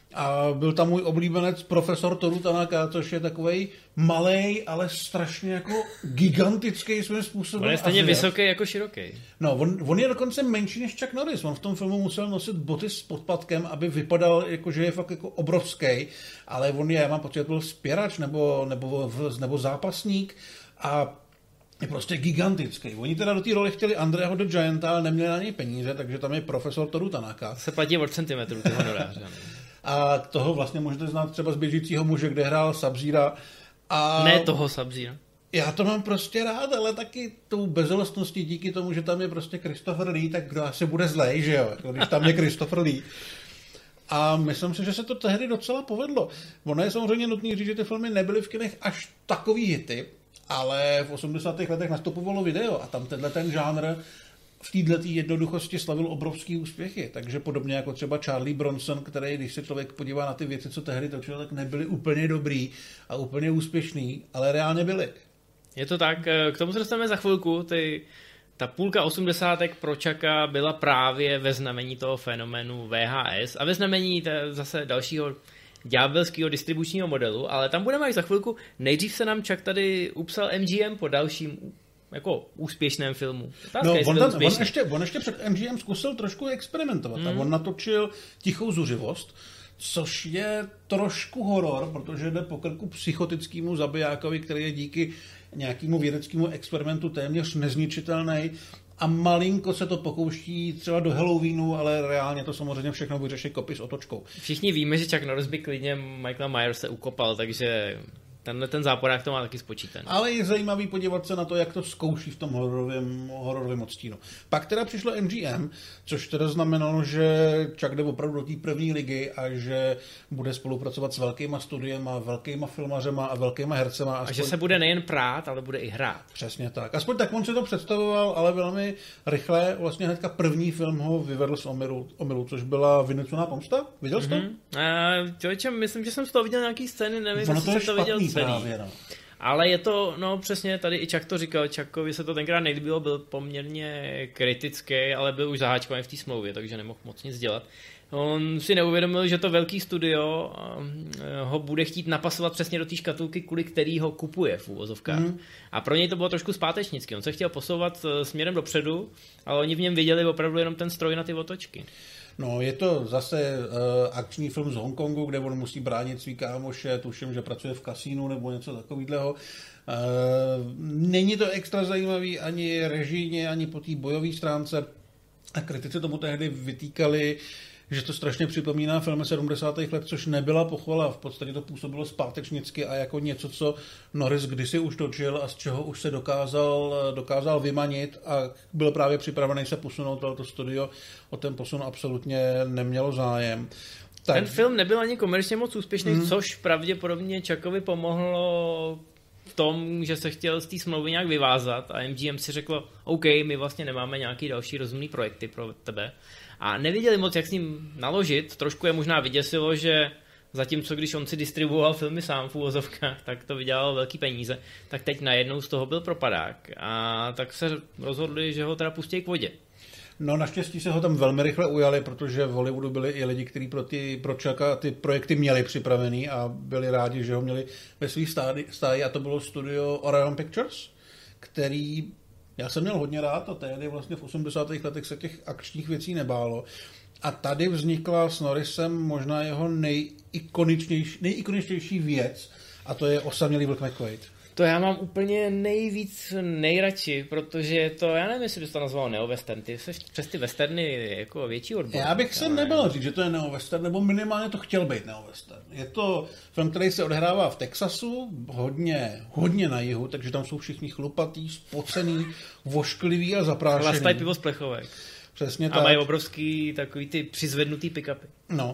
A byl tam můj oblíbenec profesor Toru Tanaka, což je takovej malej, ale strašně jako gigantický svým způsobem. On je stejně vysoký jako široký. No, on, on je dokonce menší než Chuck Norris. On v tom filmu musel nosit boty s podpatkem, aby vypadal, jako, že je fakt jako obrovský. Ale on je, já mám pocit, byl spěrač nebo, nebo, nebo zápasník a je prostě gigantický. Oni teda do té role chtěli Andreho the Gianta, ale neměli na něj peníze, takže tam je profesor Toru Tanaka. Se platí od centimetru, ty honoráře. A toho vlastně můžete znát třeba z Běžícího muže, kde hrál Sub-Zera. A ne toho Sub-Zera. Já to mám prostě rád, ale taky tou bezelostností díky tomu, že tam je prostě Christopher Lee, tak kdo asi bude zlej, že jo, když tam je Christopher Lee. A myslím si, že se to tehdy docela povedlo. Ono je samozřejmě nutný říct, že ty filmy nebyly v kinech až takový hity, ale v osmdesátých letech nastupovalo video a tam tenhle ten žánr v této jednoduchosti slavil obrovský úspěchy. Takže podobně jako třeba Charlie Bronson, který, když se člověk podívá na ty věci, co tehdy točil, tak nebyly úplně dobrý a úplně úspěšný, ale reálně byly. Je to tak, k tomu se dostaneme za chvilku. Ty, ta půlka osmdesátek pro Chucka byla právě ve znamení toho fenoménu V H S a ve znamení zase dalšího ďábelského distribučního modelu, ale tam budeme až za chvilku. Nejdřív se nám Chuck tady upsal M G M po dalším jako úspěšném filmu. Otázka, no, on, tam, on, ještě, on ještě před M G M zkusil trošku experimentovat hmm. a on natočil Tichou zuřivost, což je trošku horor, protože jde po krku psychotickému zabijákovi, který je díky nějakému vědeckému experimentu téměř nezničitelný a malinko se to pokouší třeba do Halloweenu, ale reálně to samozřejmě všechno vyřeší kopy s otočkou. Všichni víme, že Chuck Norris by klidně Michaela Myerse ukopal, takže tenhle ten záporák to má taky spočítaný. Ale je zajímavý podívat se na to, jak to zkouší v tom hororovém, hororovém odstínu. Pak teda přišlo M G M, což teda znamenalo, že Chuck jde opravdu do té první ligy a že bude spolupracovat s velkýma studiema, velkýma filmařema a velkýma hercema. Aspoň... A že se bude nejen prát, ale bude i hrát. Přesně tak. Aspoň tak on si to představoval, ale velmi rychle. Vlastně hnedka první film ho vyvedl z omylu, omylu což byla Vynucená pomsta. Viděl jsi to? Mm-hmm. Uh, člověče, myslím, že jsem z toho viděl nějaký scény, nevím, jestli jsem to viděl celý. Právě, no. Ale je to, no přesně, tady i Chuck to říkal, Chuckovi se to tenkrát nelíbilo, byl poměrně kritický, ale byl už zaháčkovaný v té smlouvě, takže nemohl moc nic dělat. On si neuvědomil, že to velký studio ho bude chtít napasovat přesně do té škatulky, kvůli který ho kupuje v úvozovkách. Mm. A pro něj to bylo trošku zpátečnicky. On se chtěl posouvat směrem dopředu, ale oni v něm viděli opravdu jenom ten stroj na ty otočky. No, je to zase uh, akční film z Hongkongu, kde on musí bránit svý kámoše, tuším, že pracuje v kasínu nebo něco takového. Uh, není to extra zajímavý ani režijně, ani po té bojové stránce. A kritici tomu tehdy vytýkali, že to strašně připomíná filmy sedmdesátých let, což nebyla pochvala. V podstatě to působilo zpátečnicky a jako něco, co Norris kdysi už točil a z čeho už se dokázal, dokázal vymanit a byl právě připravený se posunout, ale to studio o ten posun absolutně nemělo zájem. Tak. Ten film nebyl ani komerčně moc úspěšný, hmm. což pravděpodobně Chuckovi pomohlo v tom, že se chtěl z té smlouvy nějak vyvázat a M G M si řeklo, OK, my vlastně nemáme nějaký další rozumný projekty pro tebe. A nevěděli moc, jak s ním naložit. Trošku je možná vyděsilo, že zatímco když on si distribuoval filmy sám v úvozovkách, tak to vydělalo velký peníze, tak teď najednou z toho byl propadák. A tak se rozhodli, že ho teda pustí k vodě. No naštěstí se ho tam velmi rychle ujali, protože v Hollywoodu byli i lidi, kteří pro, ty, pro Chucka ty projekty měli připravený a byli rádi, že ho měli ve svých stáji a to bylo studio Orion Pictures, který já jsem měl hodně rád a tehdy vlastně v osmdesátých letech se těch akčních věcí nebálo. A tady vznikla s Norrisem možná jeho nejikoničnější, nejikoničtější věc a to je Osamělý vlk McQuaid. To já mám úplně nejvíc nejradši, protože to, já nevím, jestli bys to nazval neowestern, ty jsi přes ty westerny jako větší odbor. Já bych se nebyl říct, že to je neowestern, nebo minimálně to chtěl být neowestern. Je to film, který se odehrává v Texasu, hodně, hodně na jihu, takže tam jsou všichni chlupatý, spocený, vošklivý a zaprášený. Chlastají pivo z plechovek. Přesně a tak. mají obrovský takový ty přizvednutý pick-upy. No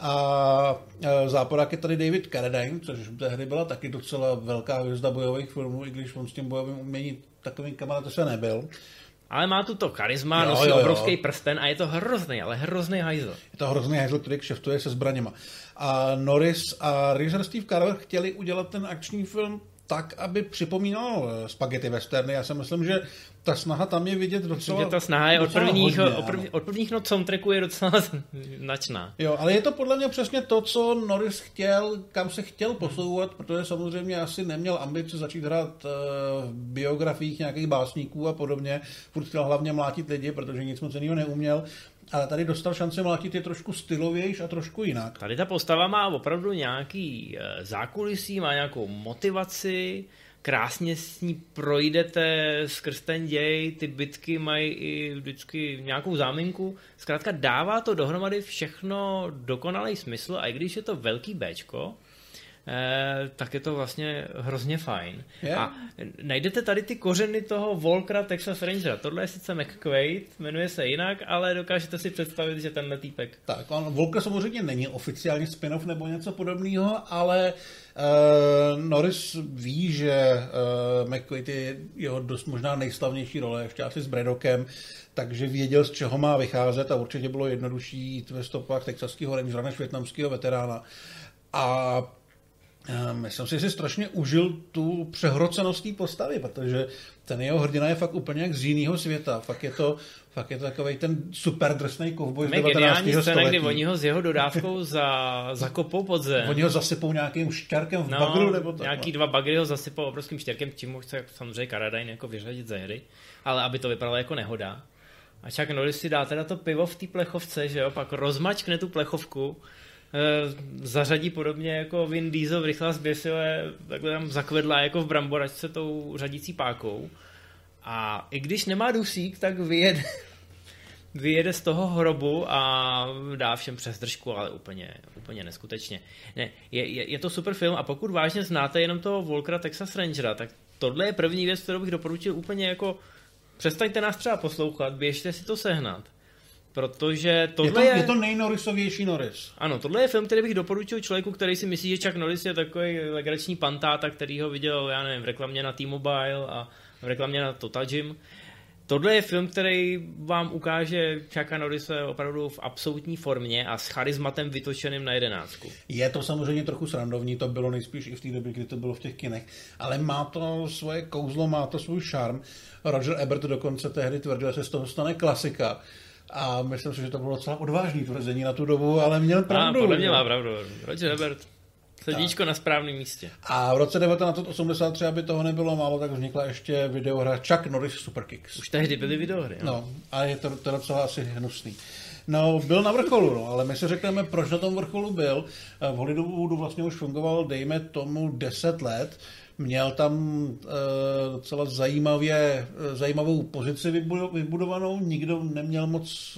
a záporák je tady David Carradine, což tehdy byla taky docela velká hvězda bojových filmů, i když on s tím bojovým umění takovým kamarádem se nebyl. Ale má tu to charisma, nosí jo, jo, obrovský prsten a je to hrozný, ale hrozný hajzl. Je to hrozný hajzl, který kšeftuje se zbraněma. A Norris a režisér Steve Carell chtěli udělat ten akční film tak, aby připomínal spaghetti westerny. Já si myslím, že ta snaha tam je vidět docela hodně. Ta snaha je od prvních, hodně, od, první, od prvních not soundtracku je docela značná. Jo, ale je to podle mě přesně to, co Norris chtěl, kam se chtěl posouvat, protože samozřejmě asi neměl ambici začít hrát v biografiích nějakých básníků a podobně. Furt chtěl hlavně mlátit lidi, protože nic moc jiného neuměl. Ale tady dostal šanci mlátit je trošku stylovější a trošku jinak. Tady ta postava má opravdu nějaký zákulisí, má nějakou motivaci, krásně s ní projdete skrz ten děj, ty bitky mají i vždycky nějakou záminku. Zkrátka dává to dohromady všechno dokonalý smysl a i když je to velký béčko, eh, tak je to vlastně hrozně fajn. Je? A najdete tady ty kořeny toho Walkera Texas Rangera. Tohle je sice McQuaid, jmenuje se jinak, ale dokážete si představit, že tenhle týpek. Tak, on, Walker samozřejmě není oficiálně spin-off nebo něco podobného, ale uh, Norris ví, že uh, McQuaid je jeho dost možná nejslavnější role, ještě asi s Braddockem, takže věděl, z čeho má vycházet a určitě bylo jednodušší jít ve stopách texaského rangera než vietnamského veterána. A uh, myslím si, že si strašně užil tu přehrocenost té postavy, protože ten jeho hrdina je fakt úplně jak z jiného světa. Fakt je to, fakt je to takovej ten super drsnej kovboj z devatenáctého století. Kdy oni ho s jeho dodávkou za, zakopou pod zem. Oni ho zasypou nějakým štěrkem v no, bagru, nebo tak. Nějaký dva bagry ho zasypou obrovským štěrkem, čím ho chce samozřejmě Carradine jako vyřadit ze hry, ale aby to vypadalo jako nehoda. A Chuck Norris si dá teda to pivo v té plechovce, že jo, pak rozmačkne tu plechovku, e, zařadí podobně jako Vin Diesel v Rychlá zběsile, takhle tam zakvedlá jako v bramboračce tou řadící pákou. A i když nemá dusík, tak vyjede, vyjede z toho hrobu a dá všem přes držku, ale úplně, úplně neskutečně. Ne, je, je, je to super film a pokud vážně znáte jenom toho Walkera Texas Rangera, tak tohle je první věc, kterou bych doporučil úplně jako přestaňte nás třeba poslouchat, běžte si to sehnat. Protože tohle je... je... Je to nejnorrisovější Norris. Ano, tohle je film, který bych doporučil člověku, který si myslí, že Chuck Norris je takový legrační pantáta, který ho viděl, já nevím, v reklamě na T-Mobile a v reklamě na Total Gym. Tohle je film, který vám ukáže Chucka Norrise opravdu v absolutní formě a s charizmatem vytočeným na jedenáctku. Je to samozřejmě trochu srandovní, to bylo nejspíš i v té době, kdy to bylo v těch kinech, ale má to svoje kouzlo, má to svůj šarm. Roger Ebert dokonce tehdy tvrdil, že se z toho stane klasika. A myslím si, že to bylo docela odvážný tvrzení na tu dobu, ale měl pravdu. A podle mě má pravdu. Roger Ebert. Srdíčko na správném místě. A v roce devatenáct set osmdesát tři, aby toho nebylo málo, tak vznikla ještě videohra Chuck Norris Superkicks. Už tehdy byly videohry. No, no a je to, to docela asi hnusný. No, byl na vrcholu, no, ale my si řekneme, proč na tom vrcholu byl. V Hollywoodu vlastně už fungoval, dejme tomu, deset let. Měl tam e, docela zajímavě, zajímavou pozici vybudovanou, nikdo neměl moc,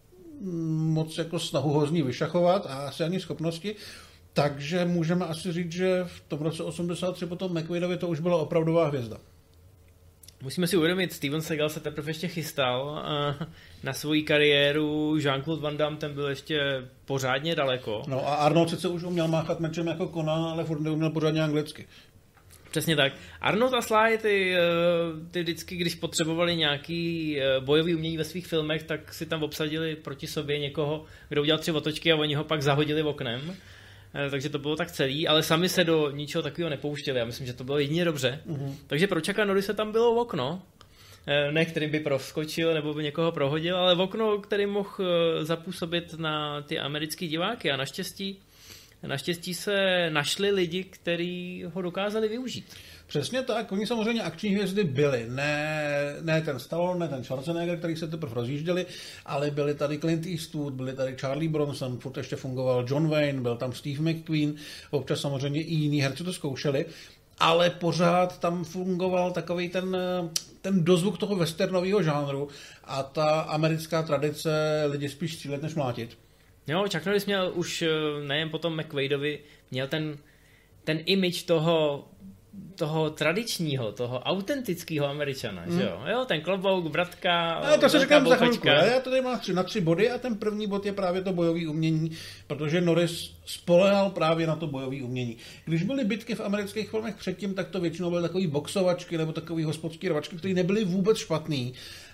moc jako snahu ho z ní vyšachovat a asi ani schopnosti. Takže můžeme asi říct, že v tom roce osmdesát tři potom McQuaidovi to už byla opravdová hvězda. Musíme si uvědomit, Steven Seagal se teprve ještě chystal na svoji kariéru, Jean-Claude Van Damme ten byl ještě pořádně daleko. No a Arnold sice už uměl máchat mečem jako Conan, ale furt neuměl pořádně anglicky. Přesně tak. Arnold a Sly, ty, ty vždycky, když potřebovali nějaký bojový umění ve svých filmech, tak si tam obsadili proti sobě někoho, kdo udělal tři otočky a oni ho pak zahodili oknem. Takže to bylo tak celý, ale sami se do ničeho takového nepouštěli. Já myslím, že to bylo jedině dobře. Mm-hmm. Takže pro Chucka Norrise tam bylo okno, ne kterým by proskočil nebo by někoho prohodil, ale okno, který mohl zapůsobit na ty americké diváky a naštěstí Naštěstí se našli lidi, kteří ho dokázali využít. Přesně tak, oni samozřejmě akční hvězdy byli. Ne, ne ten Stallone, ne ten Schwarzenegger, který se teprve rozjížděli, ale byli tady Clint Eastwood, byli tady Charlie Bronson, furt ještě fungoval John Wayne, byl tam Steve McQueen, občas samozřejmě i jiní herci to zkoušeli, ale pořád tam fungoval takový ten, ten dozvuk toho westernového žánru a ta americká tradice lidi spíš střílet než mlátit. Jo, Chuck Norris měl už nejen potom McQuaidovi, měl ten, ten image toho, toho tradičního, toho autentického Američana, hmm. že jo? Jo, ten klobouk, bratka, ale to se říkám za chvilku. Já to tady mám tři, na tři body a ten první bod je právě to bojové umění, protože Norris spolehal právě na to bojové umění. Když byly bitky v amerických filmech předtím, tak to většinou byly takový boxovačky nebo takový hospodský rvačky, které nebyly vůbec špatný,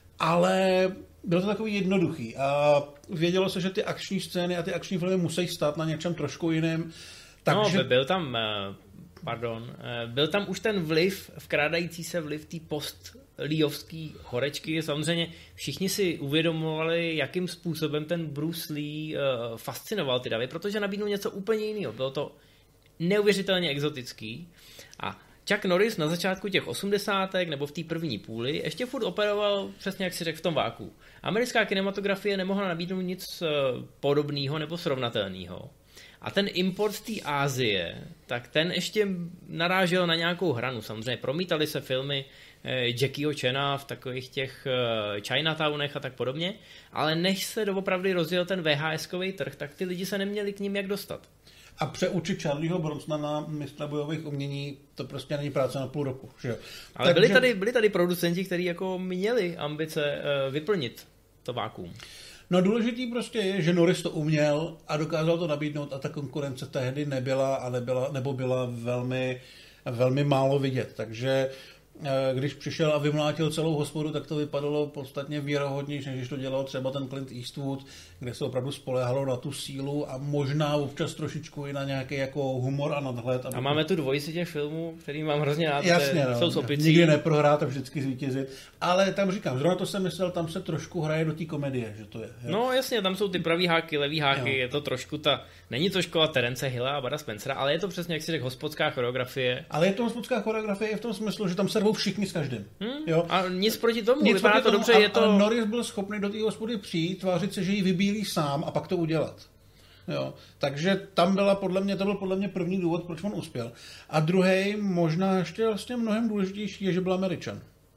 ale bylo to takový jednoduchý a vědělo se, že ty akční scény a ty akční filmy musí stát na něčem trošku jiném. Takže... No, byl tam, pardon, byl tam už ten vliv, vkrádající se vliv té post-Leeovské horečky. Samozřejmě všichni si uvědomovali, jakým způsobem ten Bruce Lee fascinoval ty davy, protože nabídnul něco úplně jiného. Bylo to neuvěřitelně exotický a Chuck Norris na začátku těch osmdesátek nebo v té první půli ještě furt operoval přesně jak si řekl v tom váku. Americká kinematografie nemohla nabídnout nic podobného nebo srovnatelného. A ten import z té Asie, tak ten ještě narážel na nějakou hranu. Samozřejmě promítali se filmy Jackieho Chana v takových těch Chinatownech a tak podobně, ale než se doopravdy rozjel ten VHSkový trh, tak ty lidi se neměli k ním jak dostat. A přeučit Charlieho Bronsona na mistra bojových umění, to prostě není práce na půl roku. Že jo? Ale Takže... byli, tady, byli tady producenti, kteří jako měli ambice uh, vyplnit to vákuum. No důležitý prostě je, že Norris to uměl a dokázal to nabídnout a ta konkurence tehdy nebyla a nebyla, nebo byla velmi, velmi málo vidět. Takže když přišel a vymlátil celou hospodu, tak to vypadalo podstatně věrohodnější, než když to dělal třeba ten Clint Eastwood, kde se opravdu spoléhalo na tu sílu a možná občas trošičku i na nějaký jako humor a nadhled. A máme tu dvojici těch filmů, který mám hrozně rád. Jasně, no, jsou s opicí. Nikdy neprohrát a vždycky zvítězit. Ale tam říkám, zrovna to jsem myslel, tam se trošku hraje do té komedie, že to je. Jo? No jasně, tam jsou ty pravý háky, levý háky, jo. Je to trošku ta, není to škola Terence Hilla a Bada Spencera, ale je to přesně, jak si řekl, hospodská choreografie. Ale je to hospodská choreografie i v tom smyslu, že tam se rvou všichni s každým. Hmm, jo? A nic proti tomu, nic vypadá proti to tomu, dobře, a, je to... A Norris byl schopný do té hospody přijít, tvářit se, že ji vybílí sám a pak to udělat. Jo. Takže tam byla podle mě, to byl podle mě první důvod, proč on uspěl. A druhý, možná ještě vlastně mnohem důležitější, je, že byl Američan.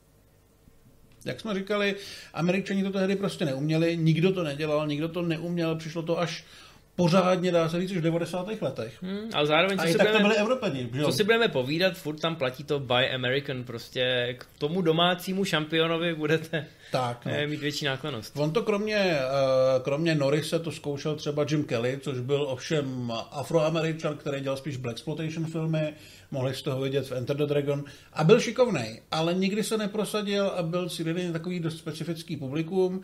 Jak jsme říkali, Američani to tehdy prostě neuměli, nikdo to nedělal, nikdo to neuměl, přišlo to až pořádně, dá se říct, už v devadesátých letech. Hmm, ale zároveň, a i tak to byli Evropani. Co si budeme povídat, furt tam platí to Buy American, prostě k tomu domácímu šampionovi budete tak, no. mít větší náklonost. On to kromě, kromě Norrise to zkoušel třeba Jim Kelly, což byl ovšem Afroameričan, který dělal spíš blaxploitation filmy, mohli z toho vidět v Enter the Dragon, a byl šikovnej, ale nikdy se neprosadil a byl cílený takový dost specifický publikum.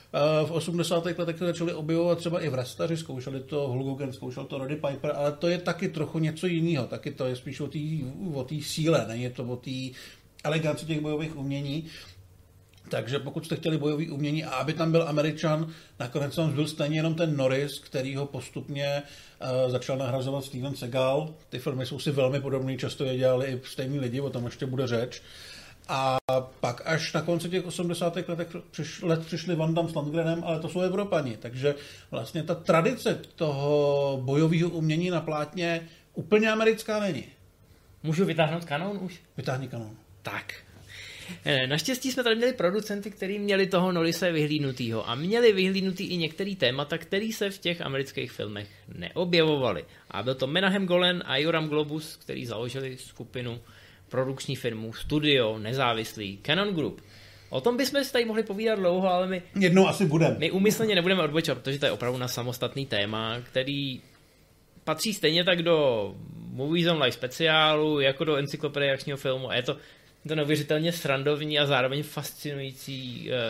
V osmdesátých letech se začali objevovat třeba i vrastaři, zkoušeli to Hulk Hogan, zkoušel to Roddy Piper, ale to je taky trochu něco jiného, taky to je spíš o té o té síle, není to o té eleganci těch bojových umění. Takže pokud jste chtěli bojový umění a aby tam byl Američan, nakonec tam byl stejně jenom ten Norris, který ho postupně uh, začal nahrazovat Steven Seagal. Ty filmy jsou si velmi podobné, často je dělali i stejní lidi, o tom ještě bude řeč. A pak až na konci těch osmdesátých letech přiš, let přišli Van Damme s Landgrenem, ale to jsou Evropani. Takže vlastně ta tradice toho bojového umění na plátně úplně americká není. Můžu vytáhnout kanón už? Vytáhni kanón. Tak. Naštěstí jsme tady měli producenty, kteří měli toho Norrise vyhlídnutýho a měli vyhlídnutý i některý témata, který se v těch amerických filmech neobjevovaly. A byl to Menahem Golan a Joram Globus, který založili skupinu produkční firmu, studio, nezávislý, Canon Group. O tom bychom si tady mohli povídat dlouho, ale my... Jednou asi budeme. My úmyslně nebudeme odbočovat, protože to je opravdu na samostatný téma, který patří stejně tak do Movies on Life speciálu, jako do encyklopedie akčního filmu. A je to, to neuvěřitelně srandovní a zároveň fascinující eh,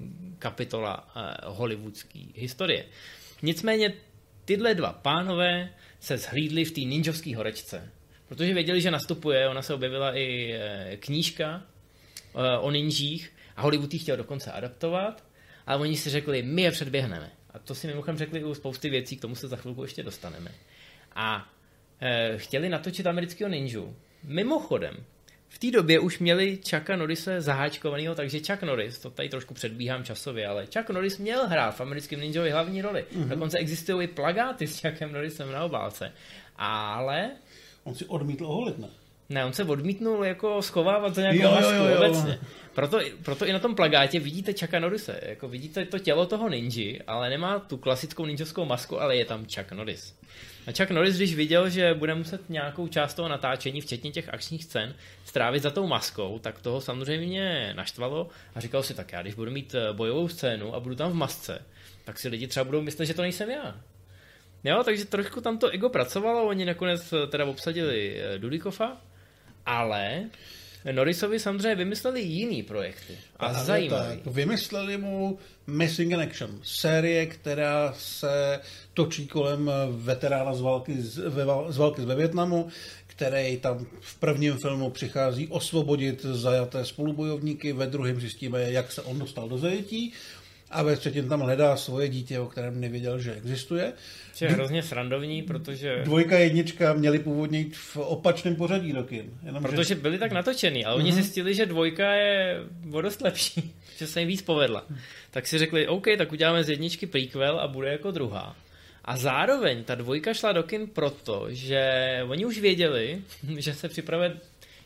kapitola eh, hollywoodské historie. Nicméně tyhle dva pánové se zhlídli v té ninjovské horečce. Protože věděli, že nastupuje, ona se objevila i e, knížka e, o ninjích a Hollywood ji chtěl dokonce adaptovat, ale oni si řekli, my je předběhneme. A to si mimochodem řekli u spousty věcí, k tomu se za chvilku ještě dostaneme. A e, chtěli natočit amerického ninju. Mimochodem, v té době už měli Chucka Norrise zaháčkovanýho, takže Chuck Norris, to tady trošku předbíhám časově, ale Chuck Norris měl hrát v americkém ninjovi hlavní roli. Mm-hmm. Dokonce existují i plagáty s Chuckem Norrisem na obálce. Ale... On si odmítl oholit, ne? Ne, on se odmítnul jako schovávat za nějakou masku obecně. Proto, proto i na tom plagátě vidíte Chucka Norrise. Jako vidíte to tělo toho ninji, ale nemá tu klasickou ninjovskou masku, ale je tam Chuck Norris. A Chuck Norris, když viděl, že bude muset nějakou část toho natáčení, včetně těch akčních scén, strávit za tou maskou, tak toho samozřejmě naštvalo a říkal si, tak já když budu mít bojovou scénu a budu tam v masce, tak si lidi třeba budou myslet, že to nejsem já. Jo, takže trošku tam to ego pracovalo, oni nakonec teda obsadili Dudikofa, ale Norrisovi samozřejmě vymysleli jiný projekty. A, a zajímavý. Tak, vymysleli mu Missing in Action, série, která se točí kolem veterána z války z, ve, z války ve Vietnamu, který tam v prvním filmu přichází osvobodit zajaté spolubojovníky, ve druhém zjistíme, jak se on dostal do zajetí, a ve třetím tam hledá svoje dítě, o kterém nevěděl, že existuje. Je hrozně srandovní, protože... Dvojka a jednička měli původně jít v opačném pořadí do kin. Jenom protože že... byli tak natočený, ale uh-huh. oni zjistili, že dvojka je o dost lepší, že se jim víc povedla. Tak si řekli, OK, tak uděláme z jedničky prequel a bude jako druhá. A zároveň ta dvojka šla do kin proto, že oni už věděli, že se připravuje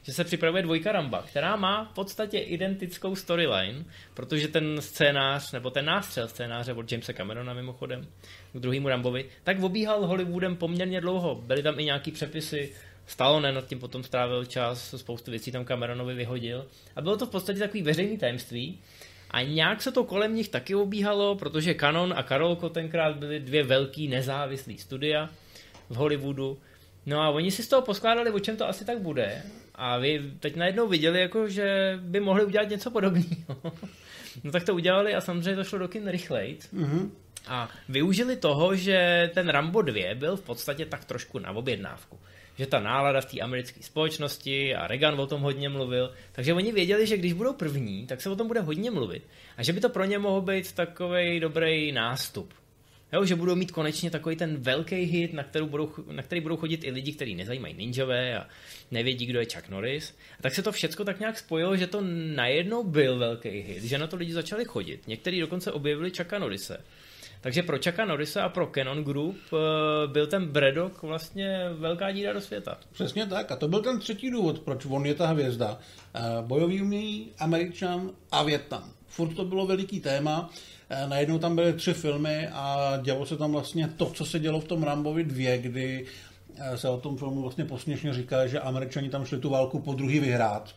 že se připravuje dvojka Ramba, která má v podstatě identickou storyline, protože ten scénář, nebo ten nástřel scénáře od Jamesa Camerona mimochodem, k druhému Rambovi, tak obíhal Hollywoodem poměrně dlouho. Byly tam i nějaký přepisy, Stallone nad tím potom strávil čas, spoustu věcí tam Cameronovi vyhodil a bylo to v podstatě takový veřejný tajemství a nějak se to kolem nich taky obíhalo, protože Canon a Carolco tenkrát byly dvě velký nezávislý studia v Hollywoodu. No a oni si z toho poskládali, o čem to asi tak bude. A vy teď najednou viděli, jako, že by mohli udělat něco podobného. No tak to udělali a samozřejmě to šlo do kin rychlejc. Mm-hmm. A využili toho, že ten Rambo dva byl v podstatě tak trošku na objednávku. Že ta nálada v té americké společnosti a Reagan o tom hodně mluvil, takže oni věděli, že když budou první, tak se o tom bude hodně mluvit. A že by to pro ně mohl být takovej dobrý nástup. Jo, že budou mít konečně takový ten velký hit, na, kterou budou, na který budou chodit i lidi, kteří nezajímají ninjové a nevědí, kdo je Chuck Norris. A tak se to všecko tak nějak spojilo, že to najednou byl velký hit, že na to lidi začali chodit. Někteří dokonce objevili Chucka Norrise. Takže pro Chucka Norrise a pro Cannon Group byl ten Braddock vlastně velká díra do světa. Přesně tak. A to byl ten třetí důvod, proč on je ta hvězda. Bojový umění, Američan a Vietnam. Furt to bylo veliký téma. Najednou tam byly tři filmy a dělo se tam vlastně to, co se dělo v tom Rambovi dva, kdy se o tom filmu vlastně posměšně říká, že Američani tam šli tu válku po druhý vyhrát.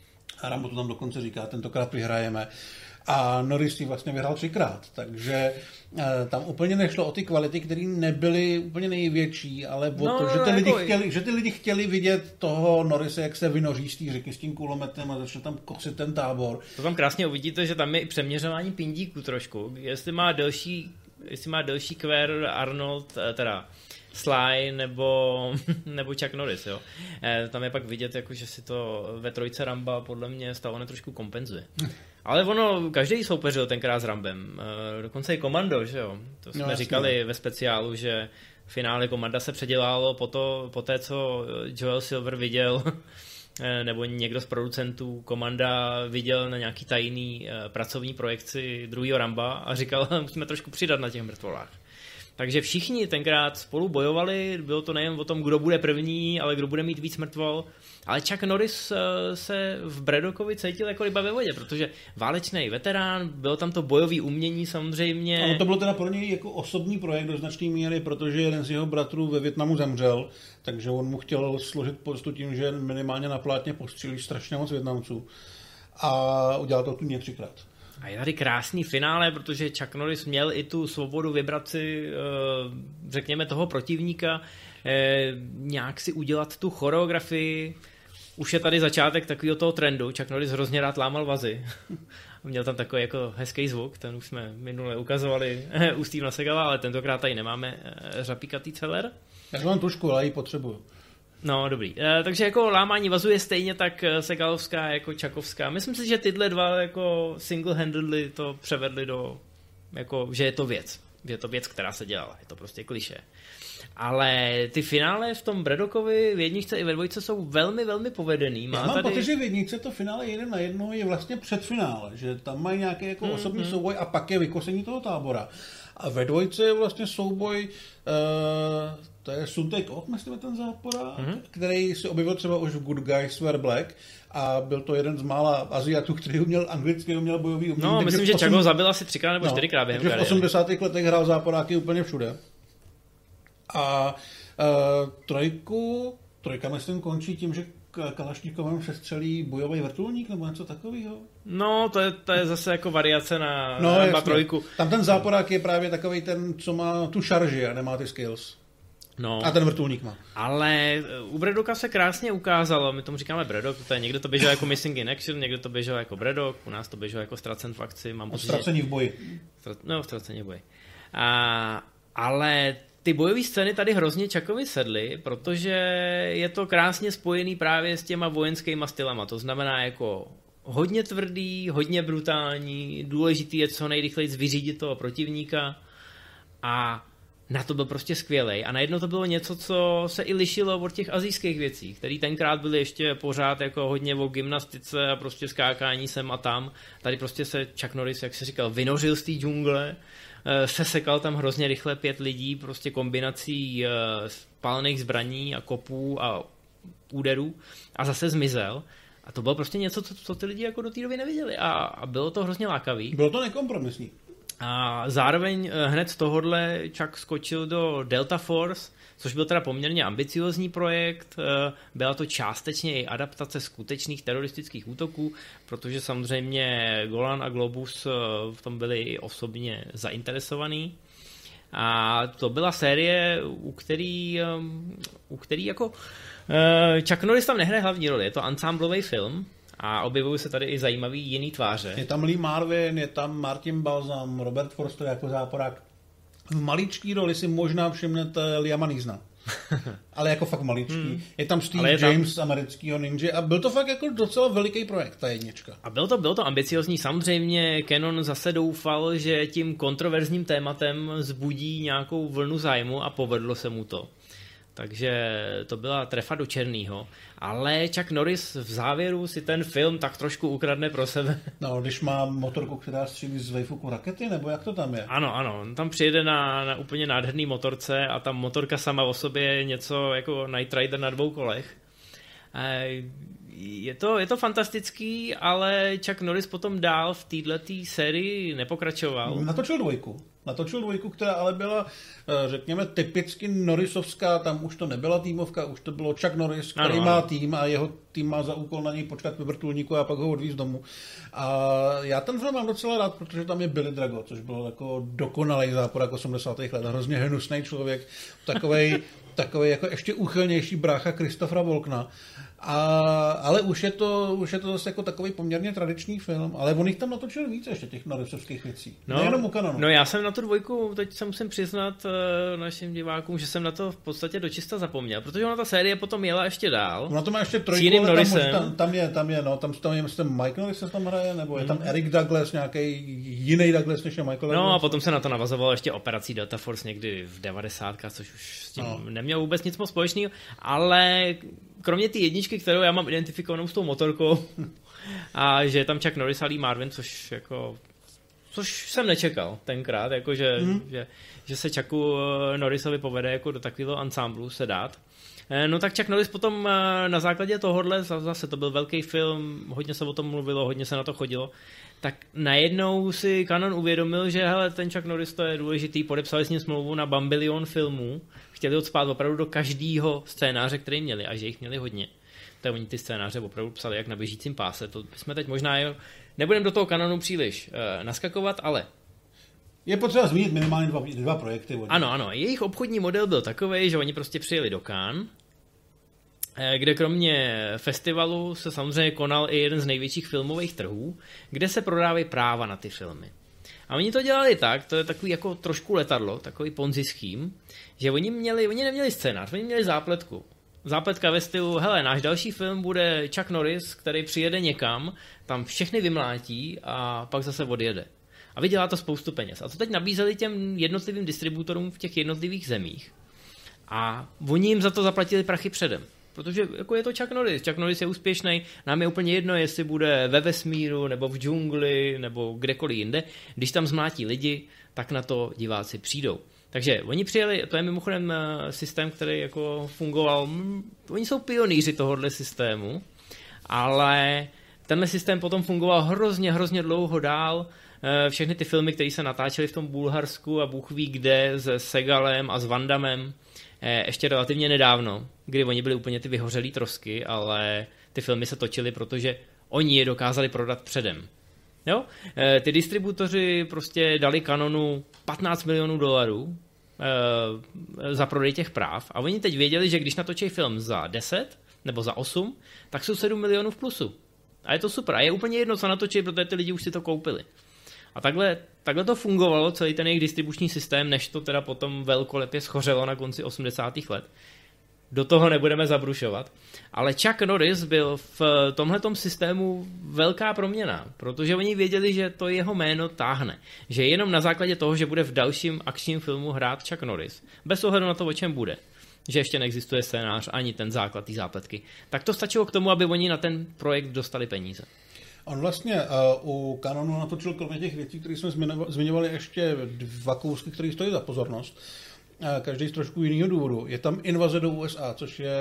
A Rambo to tam dokonce říká, tentokrát vyhrajeme. A Norris ji vlastně vyhrál třikrát, takže e, tam úplně nešlo o ty kvality, které nebyly úplně největší, ale o no, to, že ty, jako... lidi chtěli, že ty lidi chtěli vidět toho Norrise, jak se vynoří z té řeky s tím kulometem a začne tam kosit ten tábor. To tam krásně uvidíte, že tam je i přeměřování pindíků trošku. Jestli má delší, jestli má delší kvér Arnold, teda Sly nebo, nebo Chuck Norris, jo. E, tam je pak vidět, jako, že si to ve trojce Ramba podle mě Stallone trošku kompenzuje. Ale ono, každý soupeřil tenkrát s Rambem. E, dokonce i Komando, že jo. To jsme no, říkali ve speciálu, že v finále Komanda se předělalo po, to, po té, co Joel Silver viděl, e, nebo někdo z producentů Komanda viděl na nějaký tajný e, pracovní projekci druhýho Ramba a říkal, musíme trošku přidat na těch mrtvolách. Takže všichni tenkrát spolu bojovali, bylo to nejen o tom, kdo bude první, ale kdo bude mít víc mrtvol. Ale Chuck Norris se v Braddockovi cítil jako ryba ve vodě, protože válečný veterán, bylo tam to bojové umění samozřejmě. Ale to bylo teda pro něj jako osobní projekt do značné míry, protože jeden z jeho bratrů ve Vietnamu zemřel, takže on mu chtěl složit poctu tím, že minimálně na plátně postřílí strašně moc Vietnamců. A udělal to tu třikrát. A je tady krásný finále, protože Chuck Norris měl i tu svobodu vybrat si, řekněme, toho protivníka, nějak si udělat tu choreografii. Už je tady začátek takového toho trendu. Chuck Norris hrozně rád lámal vazy. Měl tam takový jako hezký zvuk, ten už jsme minule ukazovali u Stevena Segala, ale tentokrát tady nemáme řapíkatý celer. Já mám tušku, ale ji potřebuju. No, dobrý. E, takže jako lámání vazu je stejně tak segalovská jako čakovská. Myslím si, že tyhle dva jako single-handedly to převedli do, jako, že je to věc. Že je to věc, která se dělala. Je to prostě klišé. Ale ty finále v tom Braddockovi v jedničce i ve dvojce jsou velmi, velmi povedený. Má Já mám tady... pocit, že v jedničce to finále jeden na jedno je vlastně předfinále. Že tam mají nějaký jako mm, osobní mm. souboj a pak je vykosení toho tábora. A ve dvojce je vlastně souboj... Uh... To je Sun Tae-ok, myslíme ten záporák, mm-hmm. který se objevil třeba už v Good Guys Wear Black a byl to jeden z mála Aziatů, který uměl anglicky, uměl bojový umění. No, myslím, že osm... Chuck ho zabil asi třikrát nebo no, čtyřikrát během kariéry. V osmdesátých letech hrál záporáky úplně všude. A uh, trojku, trojka myslím končí tím, že Kalašníkovem přestřelí bojový vrtulník nebo něco takového. No, to je, to je zase jako variace na no, Ramba trojku. Tam ten záporák je právě takovej ten, co má tu šarži a nemá ty skills. No, a ten vrtulník má. Ale u Braddocka se krásně ukázalo, my tomu říkáme Braddock, to je, někde to běželo jako Missing in Action, někde to běželo jako Braddock, u nás to běželo jako Ztracen v akci. Mám pocit, ztracení v boji. No, ztracení v boji. A, ale ty bojové scény tady hrozně Chuckovi sedly, protože je to krásně spojený právě s těma vojenskýma stylama, to znamená jako hodně tvrdý, hodně brutální, důležitý je co nejrychleji vyřídit toho protivníka a na to byl prostě skvělej. A najednou to bylo něco, co se i lišilo od těch asijských věcí, které tenkrát byly ještě pořád jako hodně o gymnastice a prostě skákání sem a tam. Tady prostě se Chuck Norris, jak se říkal, vynořil z té džungle, sesekal tam hrozně rychle pět lidí, prostě kombinací palných zbraní a kopů a úderů a zase zmizel. A to bylo prostě něco, co, co ty lidi jako do té doby neviděli a, a bylo to hrozně lákavý. Bylo to nekompromisní. A zároveň hned z tohohle Chuck skočil do Delta Force, což byl teda poměrně ambiciozní projekt. Byla to částečně i adaptace skutečných teroristických útoků, protože samozřejmě Golan a Globus v tom byli i osobně zainteresovaný. A to byla série, u který, u který jako Chuck Norris tam nehraje hlavní roli. Je to ansamblový film a objevují se tady i zajímavý jiný tváře. Je tam Lee Marvin, je tam Martin Balsam, Robert Forster jako záporák. V maličký roli si možná všimnete Liama Neesona. Ale jako fakt maličký. Hmm. Je tam Steve je James, tam... americkýho ninja a byl to fakt jako docela veliký projekt, ta jednička. A bylo to, bylo to ambiciozní. Samozřejmě Canon zase doufal, že tím kontroverzním tématem zbudí nějakou vlnu zájmu a povedlo se mu to. Takže to byla trefa do černýho. Ale Chuck Norris v závěru si ten film tak trošku ukradne pro sebe. No, když má motorku, která střílí z vejfuku rakety, nebo jak to tam je? Ano, ano. On tam přijede na, na úplně nádherný motorce a ta motorka sama o sobě je něco jako Knight Rider na dvou kolech. Je to, je to fantastický, ale Chuck Norris potom dál v této sérii nepokračoval. Natočil dvojku. Natočil dvojku, která ale byla, řekněme, typicky Norrisovská, tam už to nebyla týmovka, už to bylo Chuck Norris, který ano, má tým a jeho tým má za úkol na něj počkat ve vrtulníku a pak ho odvízt domů. A já ten film mám docela rád, protože tam je Billy Drago, což byl jako dokonalý záporák osmdesátých let, hrozně hnusný člověk, takovej, takovej jako ještě úchylnější brácha Christophera Walkena. A, ale už je, to, už je to zase jako takový poměrně tradiční film, ale on jich tam natočil víc ještě těch Norrisovských věcí. No, nejenom u Canonu. No já jsem na tu dvojku, teď se musím přiznat uh, našim divákům, že jsem na to v podstatě dočista zapomněl, protože ona ta série potom jela ještě dál. Ona to má ještě trojku, ale tam, tam, tam je, tam je, no, tam, tam je, myslím, Mike Norris se tam hraje, nebo je tam mm. Eric Douglas, nějaký jiný Douglas, než je Michael Douglas. No a potom se na to navazovalo ještě operací Delta Force někdy v devadesátkách, což už s tím no. nemělo vůbec nic moc společného, ale kromě té jedničky, kterou já mám identifikovanou s tou motorkou a že je tam Chuck Norris a Lee Marvin, což jako což jsem nečekal tenkrát, jako že, mm. že, že se Chucku Norrisovi povede jako do takového ansámblu se dát. No tak Chuck Norris potom na základě tohohle, zase to byl velký film, hodně se o tom mluvilo, hodně se na to chodilo, tak najednou si Canon uvědomil, že hele, ten Chuck Norris to je důležitý, podepsali s ním smlouvu na bambilion filmů, chtěli odspát opravdu do každého scénáře, který měli, a že jich měli hodně. Tak oni ty scénáře opravdu psali jak na běžícím páse. To jsme teď možná, jo, nebudeme do toho Canonu příliš uh, naskakovat, ale je potřeba zmínit minimálně dva, dva projekty. Oni. Ano, ano. Jejich obchodní model byl takovej, že oni prostě přijeli do Cannes, kde kromě festivalu se samozřejmě konal i jeden z největších filmových trhů, kde se prodávají práva na ty filmy. A oni to dělali tak, to je takový jako trošku letadlo, takový ponzi scheme, že oni měli, oni neměli scénář, oni měli zápletku. Zápletka ve stylu, hele, náš další film bude Chuck Norris, který přijede někam, tam všechny vymlátí a pak zase odjede. A vydělá to spoustu peněz. A to teď nabízeli těm jednotlivým distributorům v těch jednotlivých zemích. A oni jim za to zaplatili prachy předem. Protože jako je to Chuck Norris. Chuck Norris je úspěšný, nám je úplně jedno, jestli bude ve vesmíru, nebo v džungli, nebo kdekoliv jinde. Když tam zmlátí lidi, tak na to diváci přijdou. Takže oni přijeli, to je mimochodem systém, který jako fungoval, oni jsou pionýři tohohle systému, ale tenhle systém potom fungoval hrozně, hrozně dlouho dál. Všechny ty filmy, které se natáčely v tom Bulharsku a Bůh ví kde, se Segalem a s Van Dammem, ještě relativně nedávno, kdy oni byli úplně ty vyhořelý trosky, ale ty filmy se točily, protože oni je dokázali prodat předem. Jo? Ty distributoři prostě dali Canonu patnáct milionů dolarů e, za prodej těch práv a oni teď věděli, že když natočí film za deset nebo za osm, tak jsou sedm milionů v plusu. A je to super. A je úplně jedno, co natočí, protože ty lidi už si to koupili. A takhle, takhle to fungovalo, celý ten jejich distribuční systém, než to teda potom velkolepě schořelo na konci osmdesátých let. Do toho nebudeme zabrušovat. Ale Chuck Norris byl v tomhletom systému velká proměna, protože oni věděli, že to jeho jméno táhne. Že jenom na základě toho, že bude v dalším akčním filmu hrát Chuck Norris, bez ohledu na to, o čem bude, že ještě neexistuje scénář ani ten základ té zápletky, tak to stačilo k tomu, aby oni na ten projekt dostali peníze. On vlastně uh, u Canonu natočil kromě těch věcí, které jsme zmiňovali, ještě dva kousky, které stojí za pozornost. Uh, každý z trošku jiného důvodu. Je tam Invaze do U S A, což je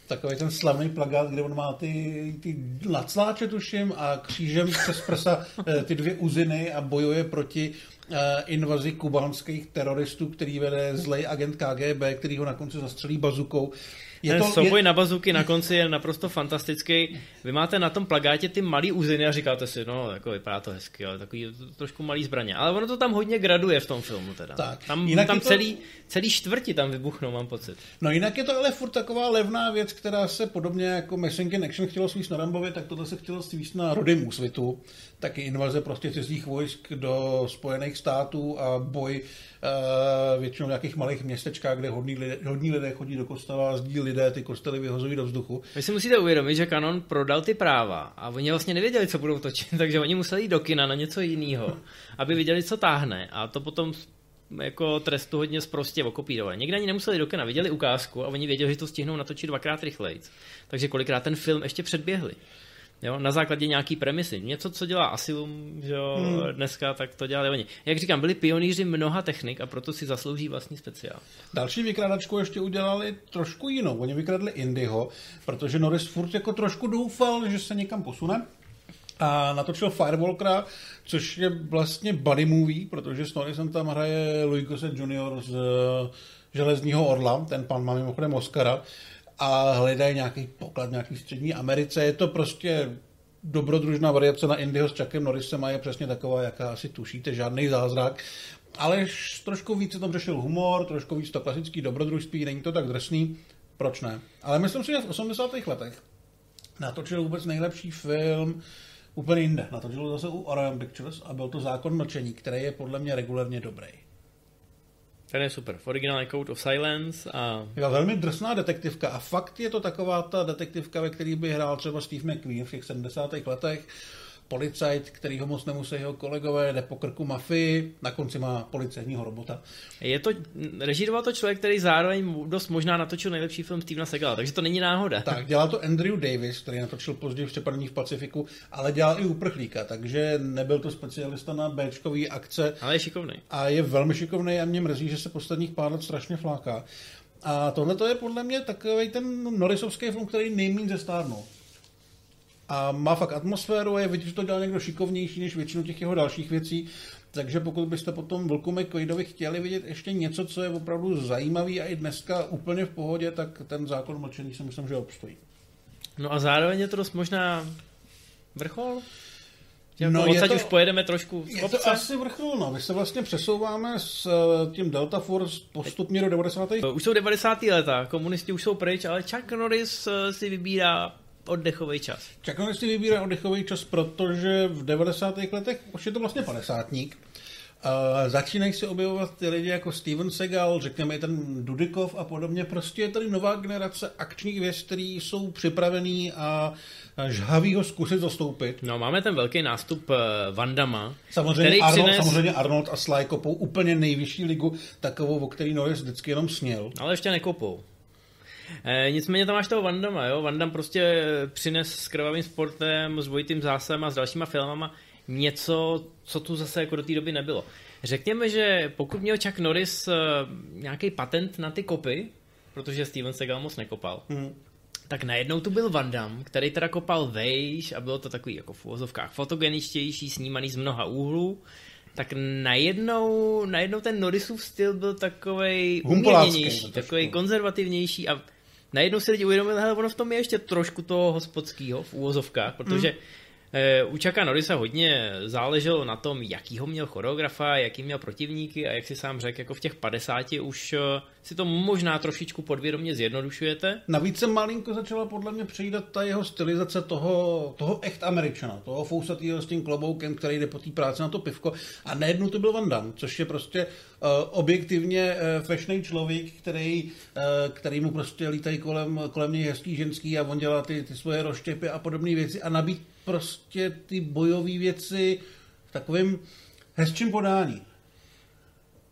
Takový ten slavný plakát, kde on má ty, ty nacláče, tuším, a křížem přes prsa ty dvě uziny a bojuje proti uh, invazi kubánských teroristů, který vede zlej agent K G B, který ho na konci zastřelí bazukou. Je ten to, souboj je... na bazuky na konci je naprosto fantastický. Vy máte na tom plagátě ty malý uziny a říkáte si, no, jako vypadá to hezky, ale takový trošku malý zbraně. Ale ono to tam hodně graduje v tom filmu teda. Tak. Tam, tam to... celý, celý čtvrti tam vybuchnou, mám pocit. No jinak je to ale furt taková levná věc, která se podobně jako Missing in Action chtělo svíst na Rambovi, tak tohle se chtělo svíst na Rudým úsvitu. Taky invaze prostě cizích vojsk do Spojených států a boj uh, většinou v nějakých malých městečkách, kde hodní lidé, hodní lidé chodí do kostela a zdí lidé ty kostely vyhozují do vzduchu. Vy si musíte uvědomit, že Canon prodal ty práva a oni vlastně nevěděli, co budou točit, takže oni museli jít do kina na něco jiného, aby viděli, co táhne, a to potom jako trestu hodně sprostě okopírovali. Někdy ani nemuseli do kina, viděli ukázku a oni věděli, že to stihnou natočit dvakrát rychleji. Takže kolikrát ten film ještě předběhli. Jo, na základě nějaký premisy. Něco, co dělá Asylum, že jo, hmm. dneska, tak to dělali oni. Jak říkám, byli pionýři mnoha technik a proto si zaslouží vlastní speciál. Další vykradačku ještě udělali trošku jinou. Oni vykradli Indyho, protože Norris furt jako trošku doufal, že se někam posune. A natočil Firewalkera, což je vlastně buddy movie, protože s Norrisem tam hraje Louis Gossett junior z Železního orla, ten pan má mimochodem Oscara, a hledají nějaký poklad v nějaký střední Americe. Je to prostě dobrodružná variace na Indyho s Chuckem Norrisem a je přesně taková, jaká asi tušíte, žádný zázrak. Ale trošku víc se tam řešil humor, trošku víc to klasický dobrodružství, není to tak drsný, proč ne? Ale myslím si, že v osmdesátých letech natočil vůbec nejlepší film úplně jinde. Natočil zase u Orion Pictures a byl to Zákon mlčení, který je podle mě regulérně dobrý. Ten je super. V originále Code of Silence a... Je velmi drsná detektivka a fakt je to taková ta detektivka, ve který by hrál třeba Steve McQueen v těch sedmdesátých letech. Policajt, který ho moc nemusí jeho kolegové, jde po krku mafii, na konci má policejního robota. Je to, režíroval to člověk, který zároveň dost možná natočil nejlepší film Stevena Segala, takže to není náhoda. Tak, dělal to Andrew Davis, který natočil později v Přepadení v Pacifiku, ale dělal i Uprchlíka, takže nebyl to specialista na béčkový akce. Ale je šikovný. A je velmi šikovný a mě mrzí, že se posledních pár let strašně fláká. A tohle to je podle mě takový ten Norrisovský film, který nejméně zestárnul. A má fakt atmosféru a je vidět, že to dělal někdo šikovnější než většinu těch jeho dalších věcí. Takže pokud byste potom Vlku McQuaidovi chtěli vidět ještě něco, co je opravdu zajímavý a i dneska úplně v pohodě, tak ten Zákon mlčení si myslím, že obstojí. No a zároveň je to dost možná vrchol? Jako no odsaď to, už pojedeme trošku z kopce? Je to asi vrchol, no. My se vlastně přesouváme s tím Delta Force postupně do devadesátých Už jsou devadesátá léta, komunisti už jsou pryč, ale Chuck Norris si vybírá oddechový čas. Chuck Norris si vybírá oddechový čas, protože v devadesátých letech už je to vlastně padesátník. Uh, začínají se objevovat ty lidi jako Steven Seagal, řekněme i ten Dudikov a podobně. Prostě je tady nová generace akčních věc, které jsou připravený a žhaví ho zkusit zastoupit. No, máme ten velký nástup uh, Van Damme, samozřejmě který Arnold, přines... samozřejmě Arnold a Sly kopou úplně nejvyšší ligu, takovou, o který Norris vždycky jenom sněl. Ale ještě nekopou. E, nicméně tam máš toho Van Damme, jo? Van Damme prostě přines s Krvavým sportem, s dvojitým zásem a s dalšíma filmama něco, co tu zase jako do té doby nebylo. Řekněme, že pokud měl Chuck Norris nějaký patent na ty kopy, protože Steven Seagal moc nekopal, hmm. tak najednou tu byl Van Damme, který teda kopal vejš a bylo to takový jako v uvozovkách fotogeničtější, snímaný z mnoha úhlů, tak najednou, najednou ten Norrisův styl byl takovej uměněnější, takovej konzervativnější a najednou si lidi uvědomili, hele, ono v tom je ještě trošku toho hospodského v úvozovkách, protože hmm. u Chucka Norrisa hodně záleželo na tom, jakýho měl choreografa, jaký měl protivníky a jak si sám řekl, jako v těch padesáti už si to možná trošičku podvědomě zjednodušujete. Navíc se malinko začala podle mě přejídat ta jeho stylizace toho, toho echt Američana, toho fousatýho s tím kloboukem, který jde po té práci na to pivko a najednou to byl Van Damme, což je prostě uh, objektivně uh, fashionný člověk, který, uh, který mu prostě lítají kolem, kolem něj hezký ženský a on dělá ty, ty svoje roštěpy a podobné věci a nabít prostě ty bojové věci v takovém hezčím podání.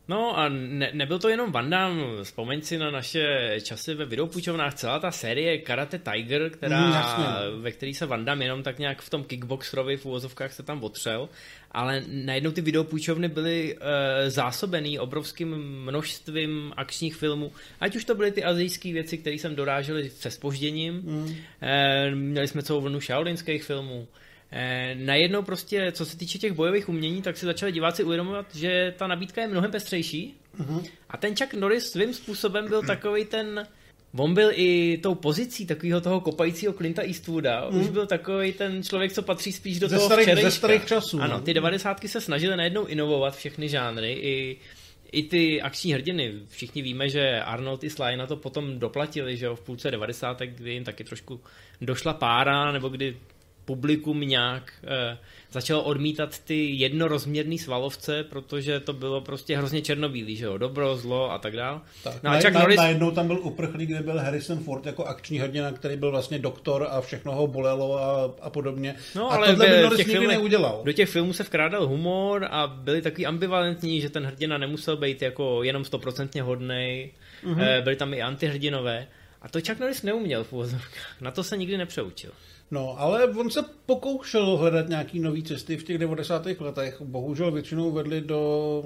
No a ne, nebyl to jenom Van Damme, vzpomeň si na naše časy ve videopůjčovnách, celá ta série Karate Tiger, která, mm, ve který se Van Damme jenom tak nějak v tom kickboxerovi v uvozovkách se tam otřel, ale najednou ty videopůjčovny byly e, zásobený obrovským množstvím akčních filmů, ať už to byly ty asijské věci, které jsem doráželi se zpožděním, mm. e, měli jsme celou vlnu shaolinských filmů. Eh, najednou prostě, co se týče těch bojových umění, tak si začali diváci uvědomovat, že ta nabídka je mnohem pestřejší. Uh-huh. A ten Chuck Norris svým způsobem byl takovej ten, on byl i tou pozicí takového toho kopajícího Clinta Eastwooda, uh-huh. už byl takovej ten člověk, co patří spíš do ze toho starých, včerejška. Ze starých časů. Ano, ty devadesátky se snažily najednou inovovat všechny žánry, i, i ty akční hrdiny. Všichni víme, že Arnold i Sly na to potom doplatili, že jo, v půlce devadesátek, kdy jim taky trošku došla pára, nebo kdy publikum nějak eh, začalo odmítat ty jednorozměrný svalovce, protože to bylo prostě hrozně černobílý, že jo, dobro, zlo a tak dál. Tak, no a Chuck Norris... Najednou tam byl uprchlík, kde byl Harrison Ford jako akční hrdina, který byl vlastně doktor a všechno ho bolelo a, a podobně. No, a ale tohle by Norris nikdy filmech, neudělal. Do těch filmů se vkrádal humor a byli takový ambivalentní, že ten hrdina nemusel být jako jenom stoprocentně hodnej, mm-hmm. eh, byli tam i antihrdinové. A to Chuck Norris neuměl v uvozovkách. Na to se nikdy nepřeučil. No, ale on se pokoušel hledat nějaký nový cesty v těch devadesátých letech. Bohužel většinou vedli do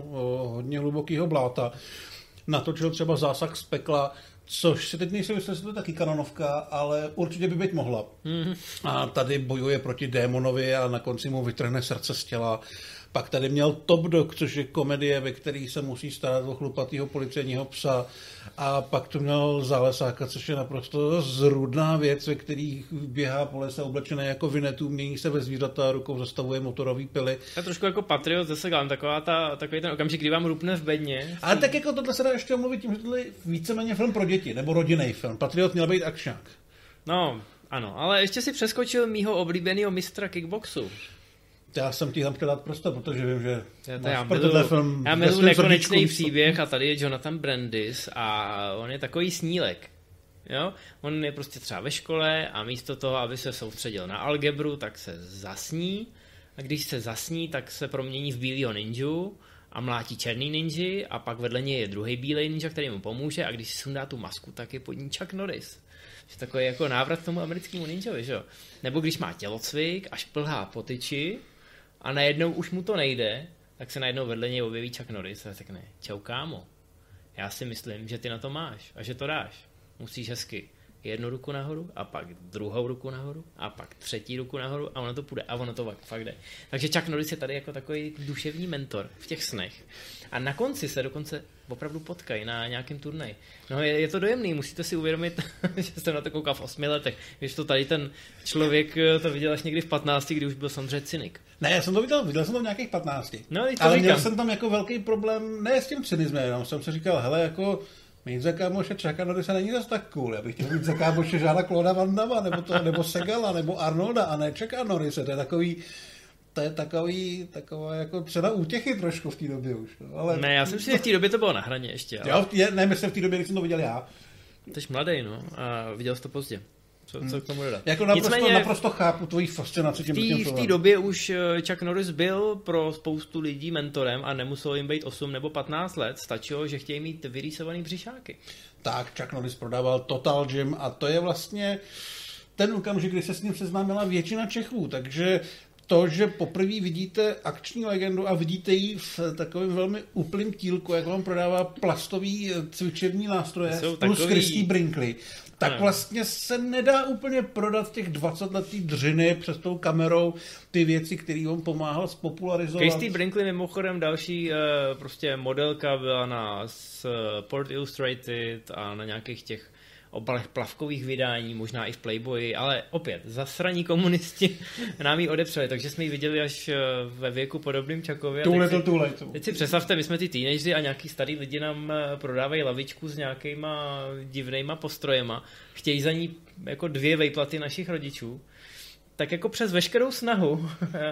o, hodně hlubokého bláta. Natočil třeba Zásah z pekla, což se teď nejsem jistý, jestli to je taky kanonovka, ale určitě by být mohla. Mm-hmm. A tady bojuje proti démonovi a na konci mu vytrhne srdce z těla. Pak tady měl Top Dog, což je komedie, ve který se musí starat o chlupatýho policejního psa. A pak to měl Zálesáka, což je naprosto zrůdná věc, ve který běhá po lese oblečený jako Vinetů, mění se ve zvířata, rukou zastavuje motorový pily. To je trošku jako Patriot ze Segan, taková ta, takový ten okamžik, kdy vám rupne v bedně. Ale tak jako tohle se dá ještě omluvit tím, že tohle je víceméně film pro děti, nebo rodinný film. Patriot měl být akčňák. No, ano, ale ještě si přeskočil mýho oblíbeného mistra kickboxu. Já jsem ti tam chtěl dát prostor, protože vím, že já, to já miluji, film já miluji Nekonečný příběh a tady je Jonathan Brandis a on je takový snílek. Jo? On je prostě třeba ve škole a místo toho, aby se soustředil na algebru, tak se zasní a když se zasní, tak se promění v bílýho ninju a mlátí černý ninji a pak vedle něj je druhý bílej ninja, který mu pomůže a když si sundá tu masku, tak je pod ní Chuck Norris. Že takový jako návrat k tomu americkému ninjovi, že jo? Nebo když má tělocvik a šplhá po tyči a najednou už mu to nejde, tak se najednou vedle něj objeví Chuck Norris a řekne, čau kámo, já si myslím, že ty na to máš a že to dáš. Musíš hezky jednu ruku nahoru a pak druhou ruku nahoru a pak třetí ruku nahoru a ono to půjde a ono to fakt jde. Takže Chuck Norris je tady jako takový duševní mentor v těch snech. A na konci se dokonce opravdu potkají na nějakém turnaji. No je, je to dojemný, musíte si uvědomit, že jsem na to koukal v osmi letech. Když to tady ten člověk to viděl až někdy v patnácti, kdy už byl samozřejmě cynik. Ne, já jsem to viděl, viděl jsem to v nějakých patnácti. No, ale říkám. Měl jsem tam jako velký problém, ne s tím cynismem, jenom jsem si říkal, hele, jako mít za kámoše Chucka Norrisa není zase tak cool. Já bych chtěl mít za kámoše žáda Clauda Van Damme, nebo, to, nebo Segala, nebo Arnolda, a ne Chucka Norrise. To je takový, to je takový, taková jako cena útěchy trošku v té době už. No. Ale... Ne, já jsem si, že v té době to bylo na hraně ještě. Ale... Jo, ne, myslím v té době, když jsem to viděl já. Jsi mladej, no, a viděl jsi to pozdě. Co, co k tomu dodat? Jako naprosto, Nicméně, naprosto chápu tvoji fascinaci tím filmem. V té době už Chuck Norris byl pro spoustu lidí mentorem a nemuselo jim být osm nebo patnáct let. Stačilo, že chtějí mít vyrýsovaný břišáky. Tak, Chuck Norris prodával Total Gym a to je vlastně ten okamžik, kdy se s ním seznámila většina Čechů, takže to, že poprvé vidíte akční legendu a vidíte ji v takovém velmi úplným tílku, jak vám prodává plastový cvičební nástroje plus takový... Christy Brinkley, tak ano. Vlastně se nedá úplně prodat těch dvacet letý dřiny přes tou kamerou ty věci, které on pomáhal spopularizovat. Christy Brinkley mimochodem další uh, prostě modelka byla na Sport Illustrated a na nějakých těch obalech plavkových vydání, možná i v Playboyi, ale opět, zasraní komunisti nám ji odepřeli, takže jsme ji viděli až ve věku podobným Chuckovi. Tule to tule. Teď si představte, my jsme ty teenageři a nějaký starý lidi nám prodávají lavičku s nějakýma divnýma postrojema, chtějí za ní jako dvě vejplaty našich rodičů, tak jako přes veškerou snahu,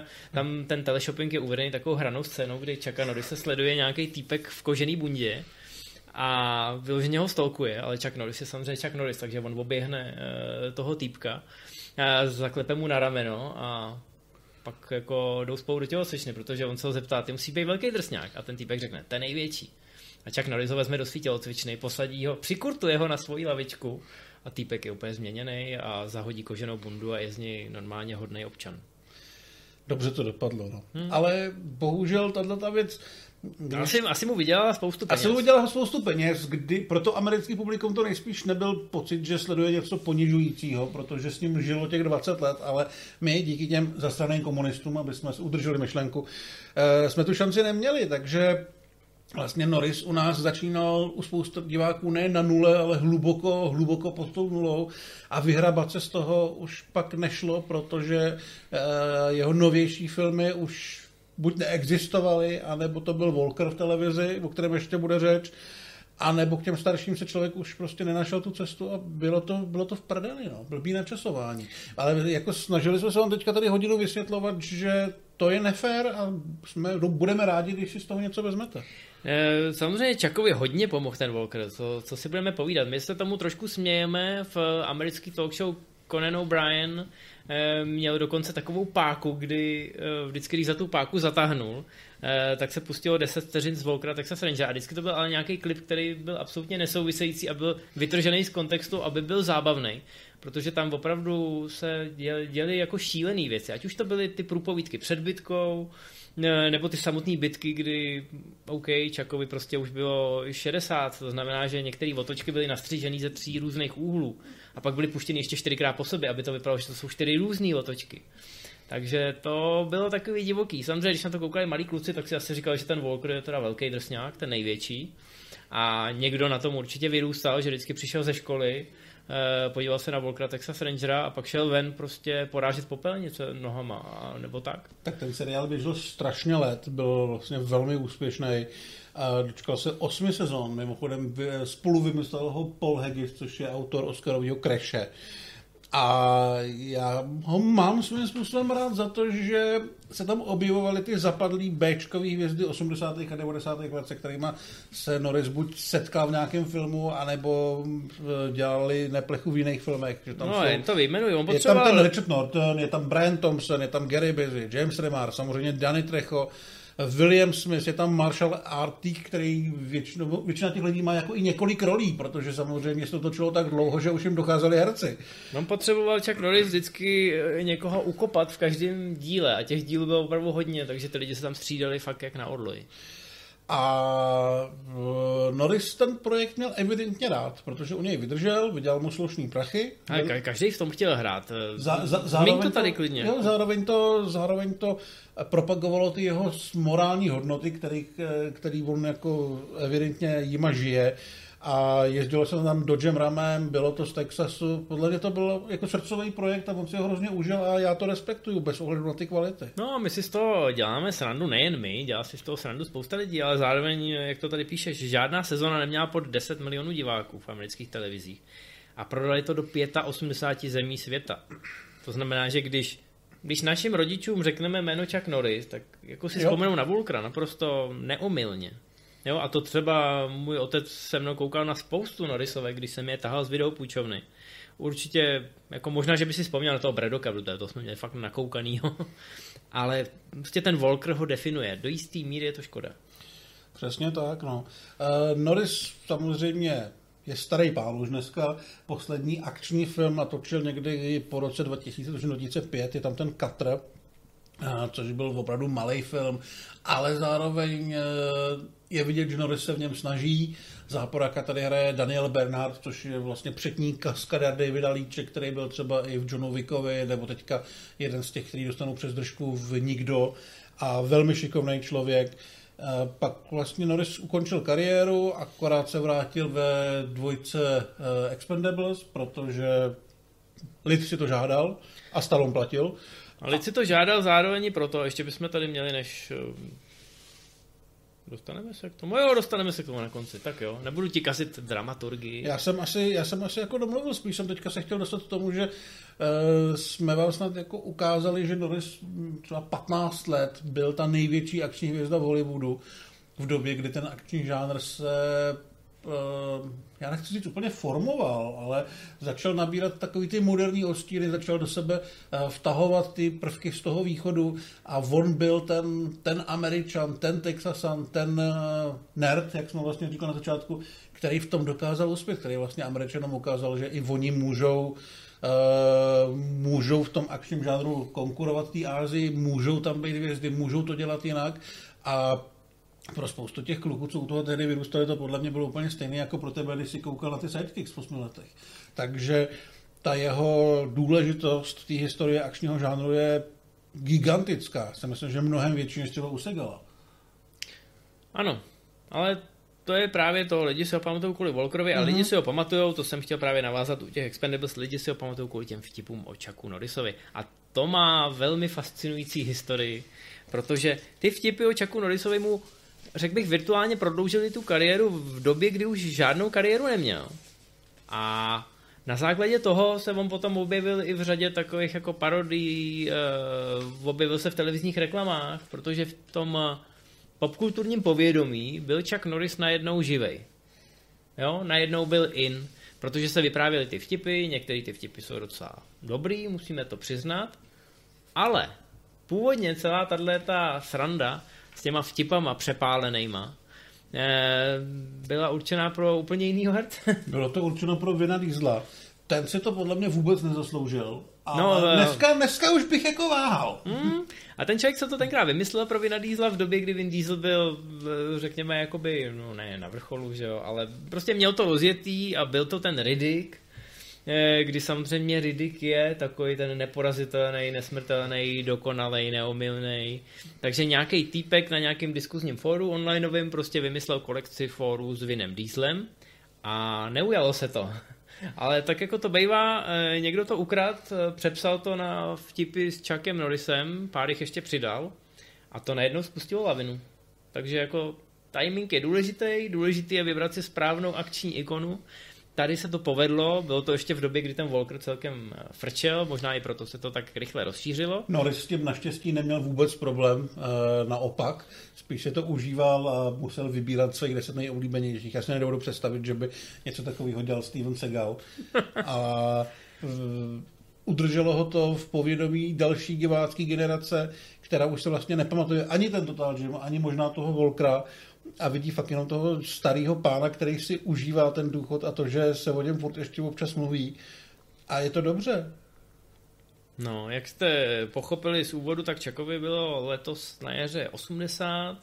tam ten teleshopping je uvedený takovou hranou scénou, kdy Chucka Norrise sleduje nějaký týpek v kožený bundě, a vyloženě ho stalkuje, ale Chuck Norris je samozřejmě Chuck Norris, takže on oběhne e, toho týpka, a zaklepe mu na rameno a pak jako jdou spolu do tělocvičny, protože on se ho zeptá, ty musí být velký drsňák a ten týpek řekne, ten největší. A Chuck Norris ho vezme do svý tělocvičny, posadí ho, přikurtuje ho na svoji lavičku a týpek je úplně změněný a zahodí koženou bundu a je z něj normálně hodnej občan. Dobře to dopadlo, no. Hmm. Ale bohužel tato věc... Když... Asi, asi mu vydělala spoustu peněz. Asi mu vydělala spoustu peněz, kdy proto americký publikum to nejspíš nebyl pocit, že sleduje něco ponižujícího, protože s ním žilo těch dvacet let, ale my díky těm zastraným komunistům, aby jsme udrželi myšlenku, jsme tu šanci neměli, takže vlastně Norris u nás začínal u spoustu diváků ne na nule, ale hluboko, hluboko pod tou nulou a vyhrabat se z toho už pak nešlo, protože jeho novější filmy už buď neexistovaly, anebo to byl Walker v televizi, o kterém ještě bude řeč, anebo k těm starším se člověk už prostě nenašel tu cestu a bylo to, bylo to v prdeli, no, blbý načasování. Ale jako snažili jsme se vám teďka tady hodinu vysvětlovat, že to je nefér a jsme, budeme rádi, když si z toho něco vezmete. Samozřejmě Chuckovi hodně pomohl ten Walker, co, co si budeme povídat. My se tomu trošku smějeme v americký talk show. Conan O'Brien měl dokonce takovou páku, kdy vždycky, když za tu páku zatáhnul, tak se pustilo deset vteřin z Walkera Texas Rangera a vždycky to byl ale nějaký klip, který byl absolutně nesouvisející a byl vytržený z kontextu, aby byl zábavný, protože tam opravdu se děly jako šílený věci, ať už to byly ty průpovídky před bitkou, nebo ty samotné bitky, kdy OK, Chuckovi prostě už bylo šedesát, to znamená, že některé otočky byly nastřížený ze tří různých úhlů a pak byly puštěny ještě čtyřikrát po sobě, aby to vypadalo, že to jsou čtyři různé otočky. Takže to bylo takový divoký. Samozřejmě, když na to koukali malí kluci, tak si asi říkali, že ten Walker je teda velký drsňák, ten největší. A někdo na tom určitě vyrůstal, že vždycky přišel ze školy, podíval se na Walkera Texas Rangera a pak šel ven prostě porážet popelnice nohama, nebo tak. Tak ten seriál běžel strašně let, byl vlastně velmi úspěšný. Dočkal se osmi sezon, mimochodem spolu vymyslel ho Paul Haggis, což je autor Oscarového Crashe. A já ho mám svým způsobem rád za to, že se tam objevovaly ty zapadlý béčkový hvězdy osmdesátých a devadesátých let, se kterými se Norris buď setkal v nějakém filmu, anebo dělali neplechu v jiných filmech. Že tam no, jsou, jen to vyjmenuji. On je tam ten Richard Norton, je tam Brian Thompson, je tam Gary Busey, James Remar, samozřejmě Danny Trejo, William Smith, je tam Marshall Artig, který většinou, většina těch lidí má jako i několik rolí, protože samozřejmě se to točilo tak dlouho, že už jim docházeli herci. On potřeboval Chuck Norris vždycky někoho ukopat v každém díle a těch dílů bylo opravdu hodně, takže ty lidi se tam střídali fakt jak na orloji. A Norris ten projekt měl evidentně rád, protože u něj vydržel, vydělal mu slušný prachy. Ale ka- každý v tom chtěl hrát. Za, za, zároveň to tady klidně. Jo, zároveň, to, zároveň to propagovalo ty jeho morální hodnoty, který, který on jako evidentně jima žije. A jezdilo se tam Dodgem Ramem, bylo to z Texasu, podle mě to bylo jako srdcový projekt a on si ho hrozně užil a já to respektuju bez ohledu na ty kvality. No, my si z toho děláme srandu, nejen my, dělá si z toho srandu spousta lidí, ale zároveň, jak to tady píšeš, žádná sezona neměla pod deset milionů diváků v amerických televizích a prodali to do osmdesát pět zemí světa. To znamená, že když Když našim rodičům řekneme jméno Chuck Norris, tak jako si vzpomenou na Walkera, naprosto neomylně. Jo, a to třeba můj otec se mnou koukal na spoustu Norrisovek, když jsem je tahal z videopůjčovny. Určitě, jako možná, že by si vzpomněl na toho Braddocka, protože to jsme měli fakt nakoukanýho, ale prostě ten Walker ho definuje. Do jistý míry je to škoda. Přesně tak, no. Uh, Norris samozřejmě je starý pán už dneska. Poslední akční film natočil někdy po roce dva tisíce, to dva tisíce pět, je tam ten Cutter, což byl opravdu malý film, ale zároveň je vidět, že Norris se v něm snaží. Záporaka tady hraje Daniel Bernhardt, což je vlastně přední kaskadér Davida Leache, který byl třeba i v Johnu Wickovi, nebo teďka jeden z těch, kteří dostanou přes držku v Nikdo, a velmi šikovný člověk. Pak vlastně Norris ukončil kariéru, akorát se vrátil ve dvojce Expendables, protože lid si to žádal a Stallone platil. A lid si to žádal zároveň i proto, ještě bychom tady měli, než dostaneme se k tomu. Jo, dostaneme se k tomu na konci, tak jo. Nebudu ti kasit dramaturgii. Já jsem asi, já jsem asi jako domluvil, spíš jsem teďka se chtěl dostat k tomu, že uh, jsme vám snad jako ukázali, že Norris třeba patnáct let byl ta největší akční hvězda v Hollywoodu v době, kdy ten akční žánr se já nechci říct úplně formoval, ale začal nabírat takový ty moderní odstíny, začal do sebe vtahovat ty prvky z toho východu a on byl ten, ten Američan, ten Texasan, ten nerd, jak jsme vlastně říkali na začátku, který v tom dokázal uspět, který vlastně Američanům ukázal, že i oni můžou Uh, můžou v tom akčním žánru konkurovat té Asii, můžou tam být hvězdy, můžou to dělat jinak a pro spoustu těch kluků, co u toho tehdy vyrůstali, to podle mě bylo úplně stejné jako pro tebe, když si koukal na ty sidekicks v osmi letech. Takže ta jeho důležitost v té historii akčního žánru je gigantická. Já myslím, že mnohem větší než třeba u Segala. Ano, ale to je právě to, lidi si ho pamatují kvůli Walkerovi a mm-hmm. lidi si ho pamatujou, to jsem chtěl právě navázat u těch Expendables, lidi si ho pamatují kvůli těm vtipům o Chucku Norrisovi. A to má velmi fascinující historii, protože ty vtipy o Chucku Norrisovi mu, řekl bych, virtuálně prodloužili tu kariéru v době, kdy už žádnou kariéru neměl. A na základě toho se on potom objevil i v řadě takových jako parodií, uh, objevil se v televizních reklamách, protože v tom popkulturním povědomí byl Chuck Norris najednou živej. Jo, najednou byl in, protože se vyprávěly ty vtipy, některé ty vtipy jsou docela dobrý, musíme to přiznat, ale původně celá tato sranda s těma vtipama přepálenejma byla určená pro úplně jinýho herce. Bylo to určeno pro Vina Diesela. Ten si to podle mě vůbec nezasloužil. A no, dneska, dneska už bych jako váhal. Mm, a ten člověk, co to tenkrát vymyslel pro Vina Diesela v době, kdy Vin Diesel byl, řekněme, jakoby, no ne na vrcholu, že jo, ale prostě měl to rozjetý a byl to ten Riddick, kdy samozřejmě Riddick je takový ten neporazitelný, nesmrtelný, dokonalý, neomylný. Takže nějaký týpek na nějakém diskuzním fóru onlineovým prostě vymyslel kolekci fórů s Vinem Dieselem a neujalo se to. Ale tak jako to bývá, někdo to ukrad, přepsal to na vtipy s Chuckem Norrisem, pár jich ještě přidal a to najednou spustilo lavinu. Takže jako timing je důležitý, důležitý je vybrat si správnou akční ikonu. Tady se to povedlo, bylo to ještě v době, kdy ten Walker celkem frčel, možná i proto se to tak rychle rozšířilo. Norris s tím naštěstí neměl vůbec problém, naopak, spíš se to užíval a musel vybírat svých deset nejoblíbenějších. Já si nedovedu představit, že by něco takového dělal Steven Seagal. A udrželo ho to v povědomí další divácké generace, která už se vlastně nepamatuje ani ten Total Jim, ani možná toho Walkera, a vidí fakt jenom toho starého pána, který si užívá ten důchod a to, že se o něm furt ještě občas mluví. A je to dobře. No, jak jste pochopili z úvodu, tak Chuckovi bylo letos na jaře osmdesát.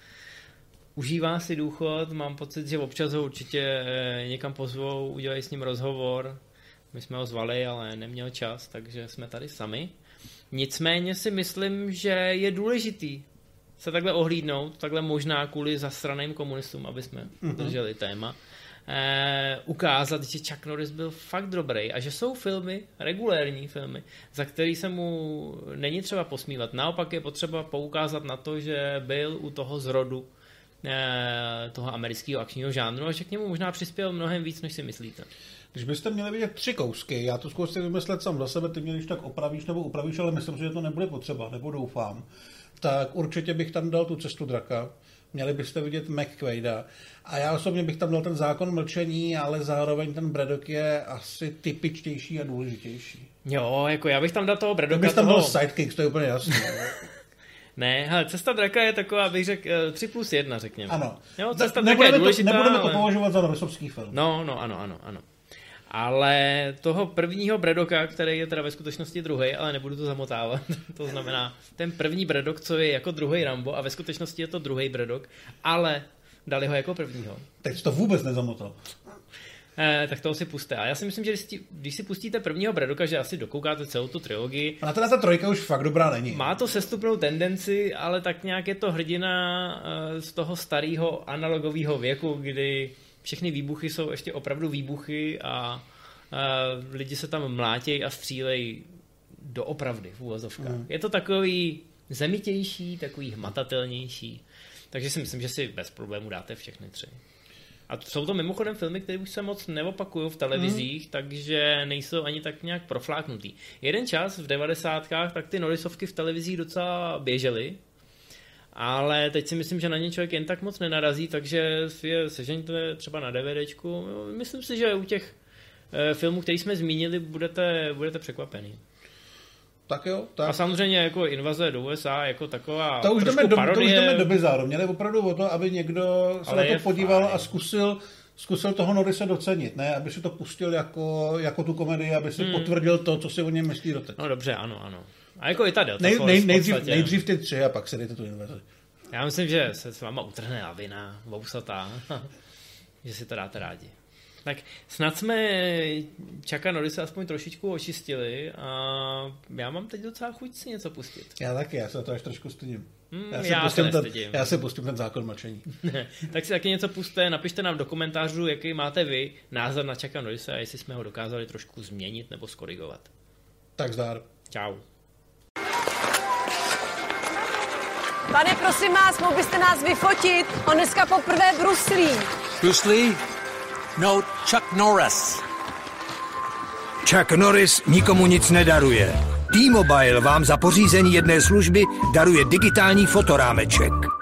Užívá si důchod, mám pocit, že občas ho určitě někam pozvou, udělají s ním rozhovor. My jsme ho zvali, ale neměl čas, takže jsme tady sami. Nicméně si myslím, že je důležitý se takhle ohlídnout, takhle možná kvůli zasraným komunistům, aby jsme mm-hmm. drželi téma, eh, ukázat, že Chuck Norris byl fakt dobrý a že jsou filmy, regulérní filmy, za který se mu není třeba posmívat. Naopak je potřeba poukázat na to, že byl u toho zrodu eh, toho amerického akčního žánru a že k němu možná přispěl mnohem víc, než si myslíte. Když byste měli vidět tři kousky, já to zkusím vymyslet sám za sebe, ty mě když tak opravíš nebo upravíš, ale myslím si, že to nebude potřeba, nebo doufám. Tak určitě bych tam dal tu Cestu draka, měli byste vidět McQuaida a já osobně bych tam dal ten Zákon mlčení, ale zároveň ten Braddock je asi typičtější a důležitější. Jo, jako já bych tam dal toho Braddocka. Bych tam toho... dal sidekicks, to je úplně jasné. Ne, hele, Cesta draka je taková, bych řekl, tři plus jedna, řekněme. Ano. Jo, Cesta draka je důležitá, to, nebudeme to ale... považovat za Norrisovský film. No, no, ano, ano, ano. Ale toho prvního Braddocka, který je teda ve skutečnosti druhý, ale nebudu to zamotávat, to znamená ten první Braddock, co je jako druhý Rambo a ve skutečnosti je to druhý Braddock, ale dali ho jako prvního. Teď to vůbec nezamotal. Eh, tak toho si puste. A já si myslím, že když, když si pustíte prvního Braddocka, že asi dokoukáte celou tu trilogii. A teda ta trojka už fakt dobrá není. Má to sestupnou tendenci, ale tak nějak je to hrdina eh, z toho starého analogového věku, kdy všechny výbuchy jsou ještě opravdu výbuchy a, a lidi se tam mlátějí a střílejí doopravdy v úvozovkách. Mm. Je to takový zemitější, takový hmatatelnější, takže si myslím, že si bez problémů dáte všechny tři. A jsou to mimochodem filmy, které už se moc neopakují v televizích, mm. takže nejsou ani tak nějak profláknutý. Jeden čas v devadesátkách tak ty Norrisovky v televizích docela běžely ale teď si myslím, že na ně člověk jen tak moc nenarazí, takže si je sežeňte třeba na DVDčku. Myslím si, že u těch filmů, který jsme zmínili, budete, budete překvapený. Tak jo. Tak. A samozřejmě jako invaze do U S A jako taková to už trošku jdeme do, parodie. To už jdeme do bizáru. Mě jde opravdu o to, aby někdo se ale na to podíval fajn. a zkusil, zkusil toho Norrise docenit, ne? Aby si to pustil jako, jako tu komedii, aby si hmm. potvrdil to, co si o něm myslí doteď. No dobře, ano, ano. A jako i ta Delta nej, Force nej, nejdřív, nejdřív ty tři a pak se dejte tu invazi. Já myslím, že se s váma utrhne lavina, vousatá, že si to dáte rádi. Tak snad jsme Chucka Norrise aspoň trošičku očistili a já mám teď docela chuť si něco pustit. Já taky, já se to až trošku stydím. Mm, já, se já, pustím se ten, já se pustím ten zákon mlčení. Tak si taky něco puste, napište nám do komentářů, jaký máte vy názor na Chucka Norrise a jestli jsme ho dokázali trošku změnit nebo skorigovat. Tak zdar. Čau. Pane, prosím vás, mohl byste nás vyfotit? On dneska poprvé bruslí. Bruce Lee? No, Chuck Norris. Chuck Norris nikomu nic nedaruje. T-Mobile vám za pořízení jedné služby daruje digitální fotorámeček.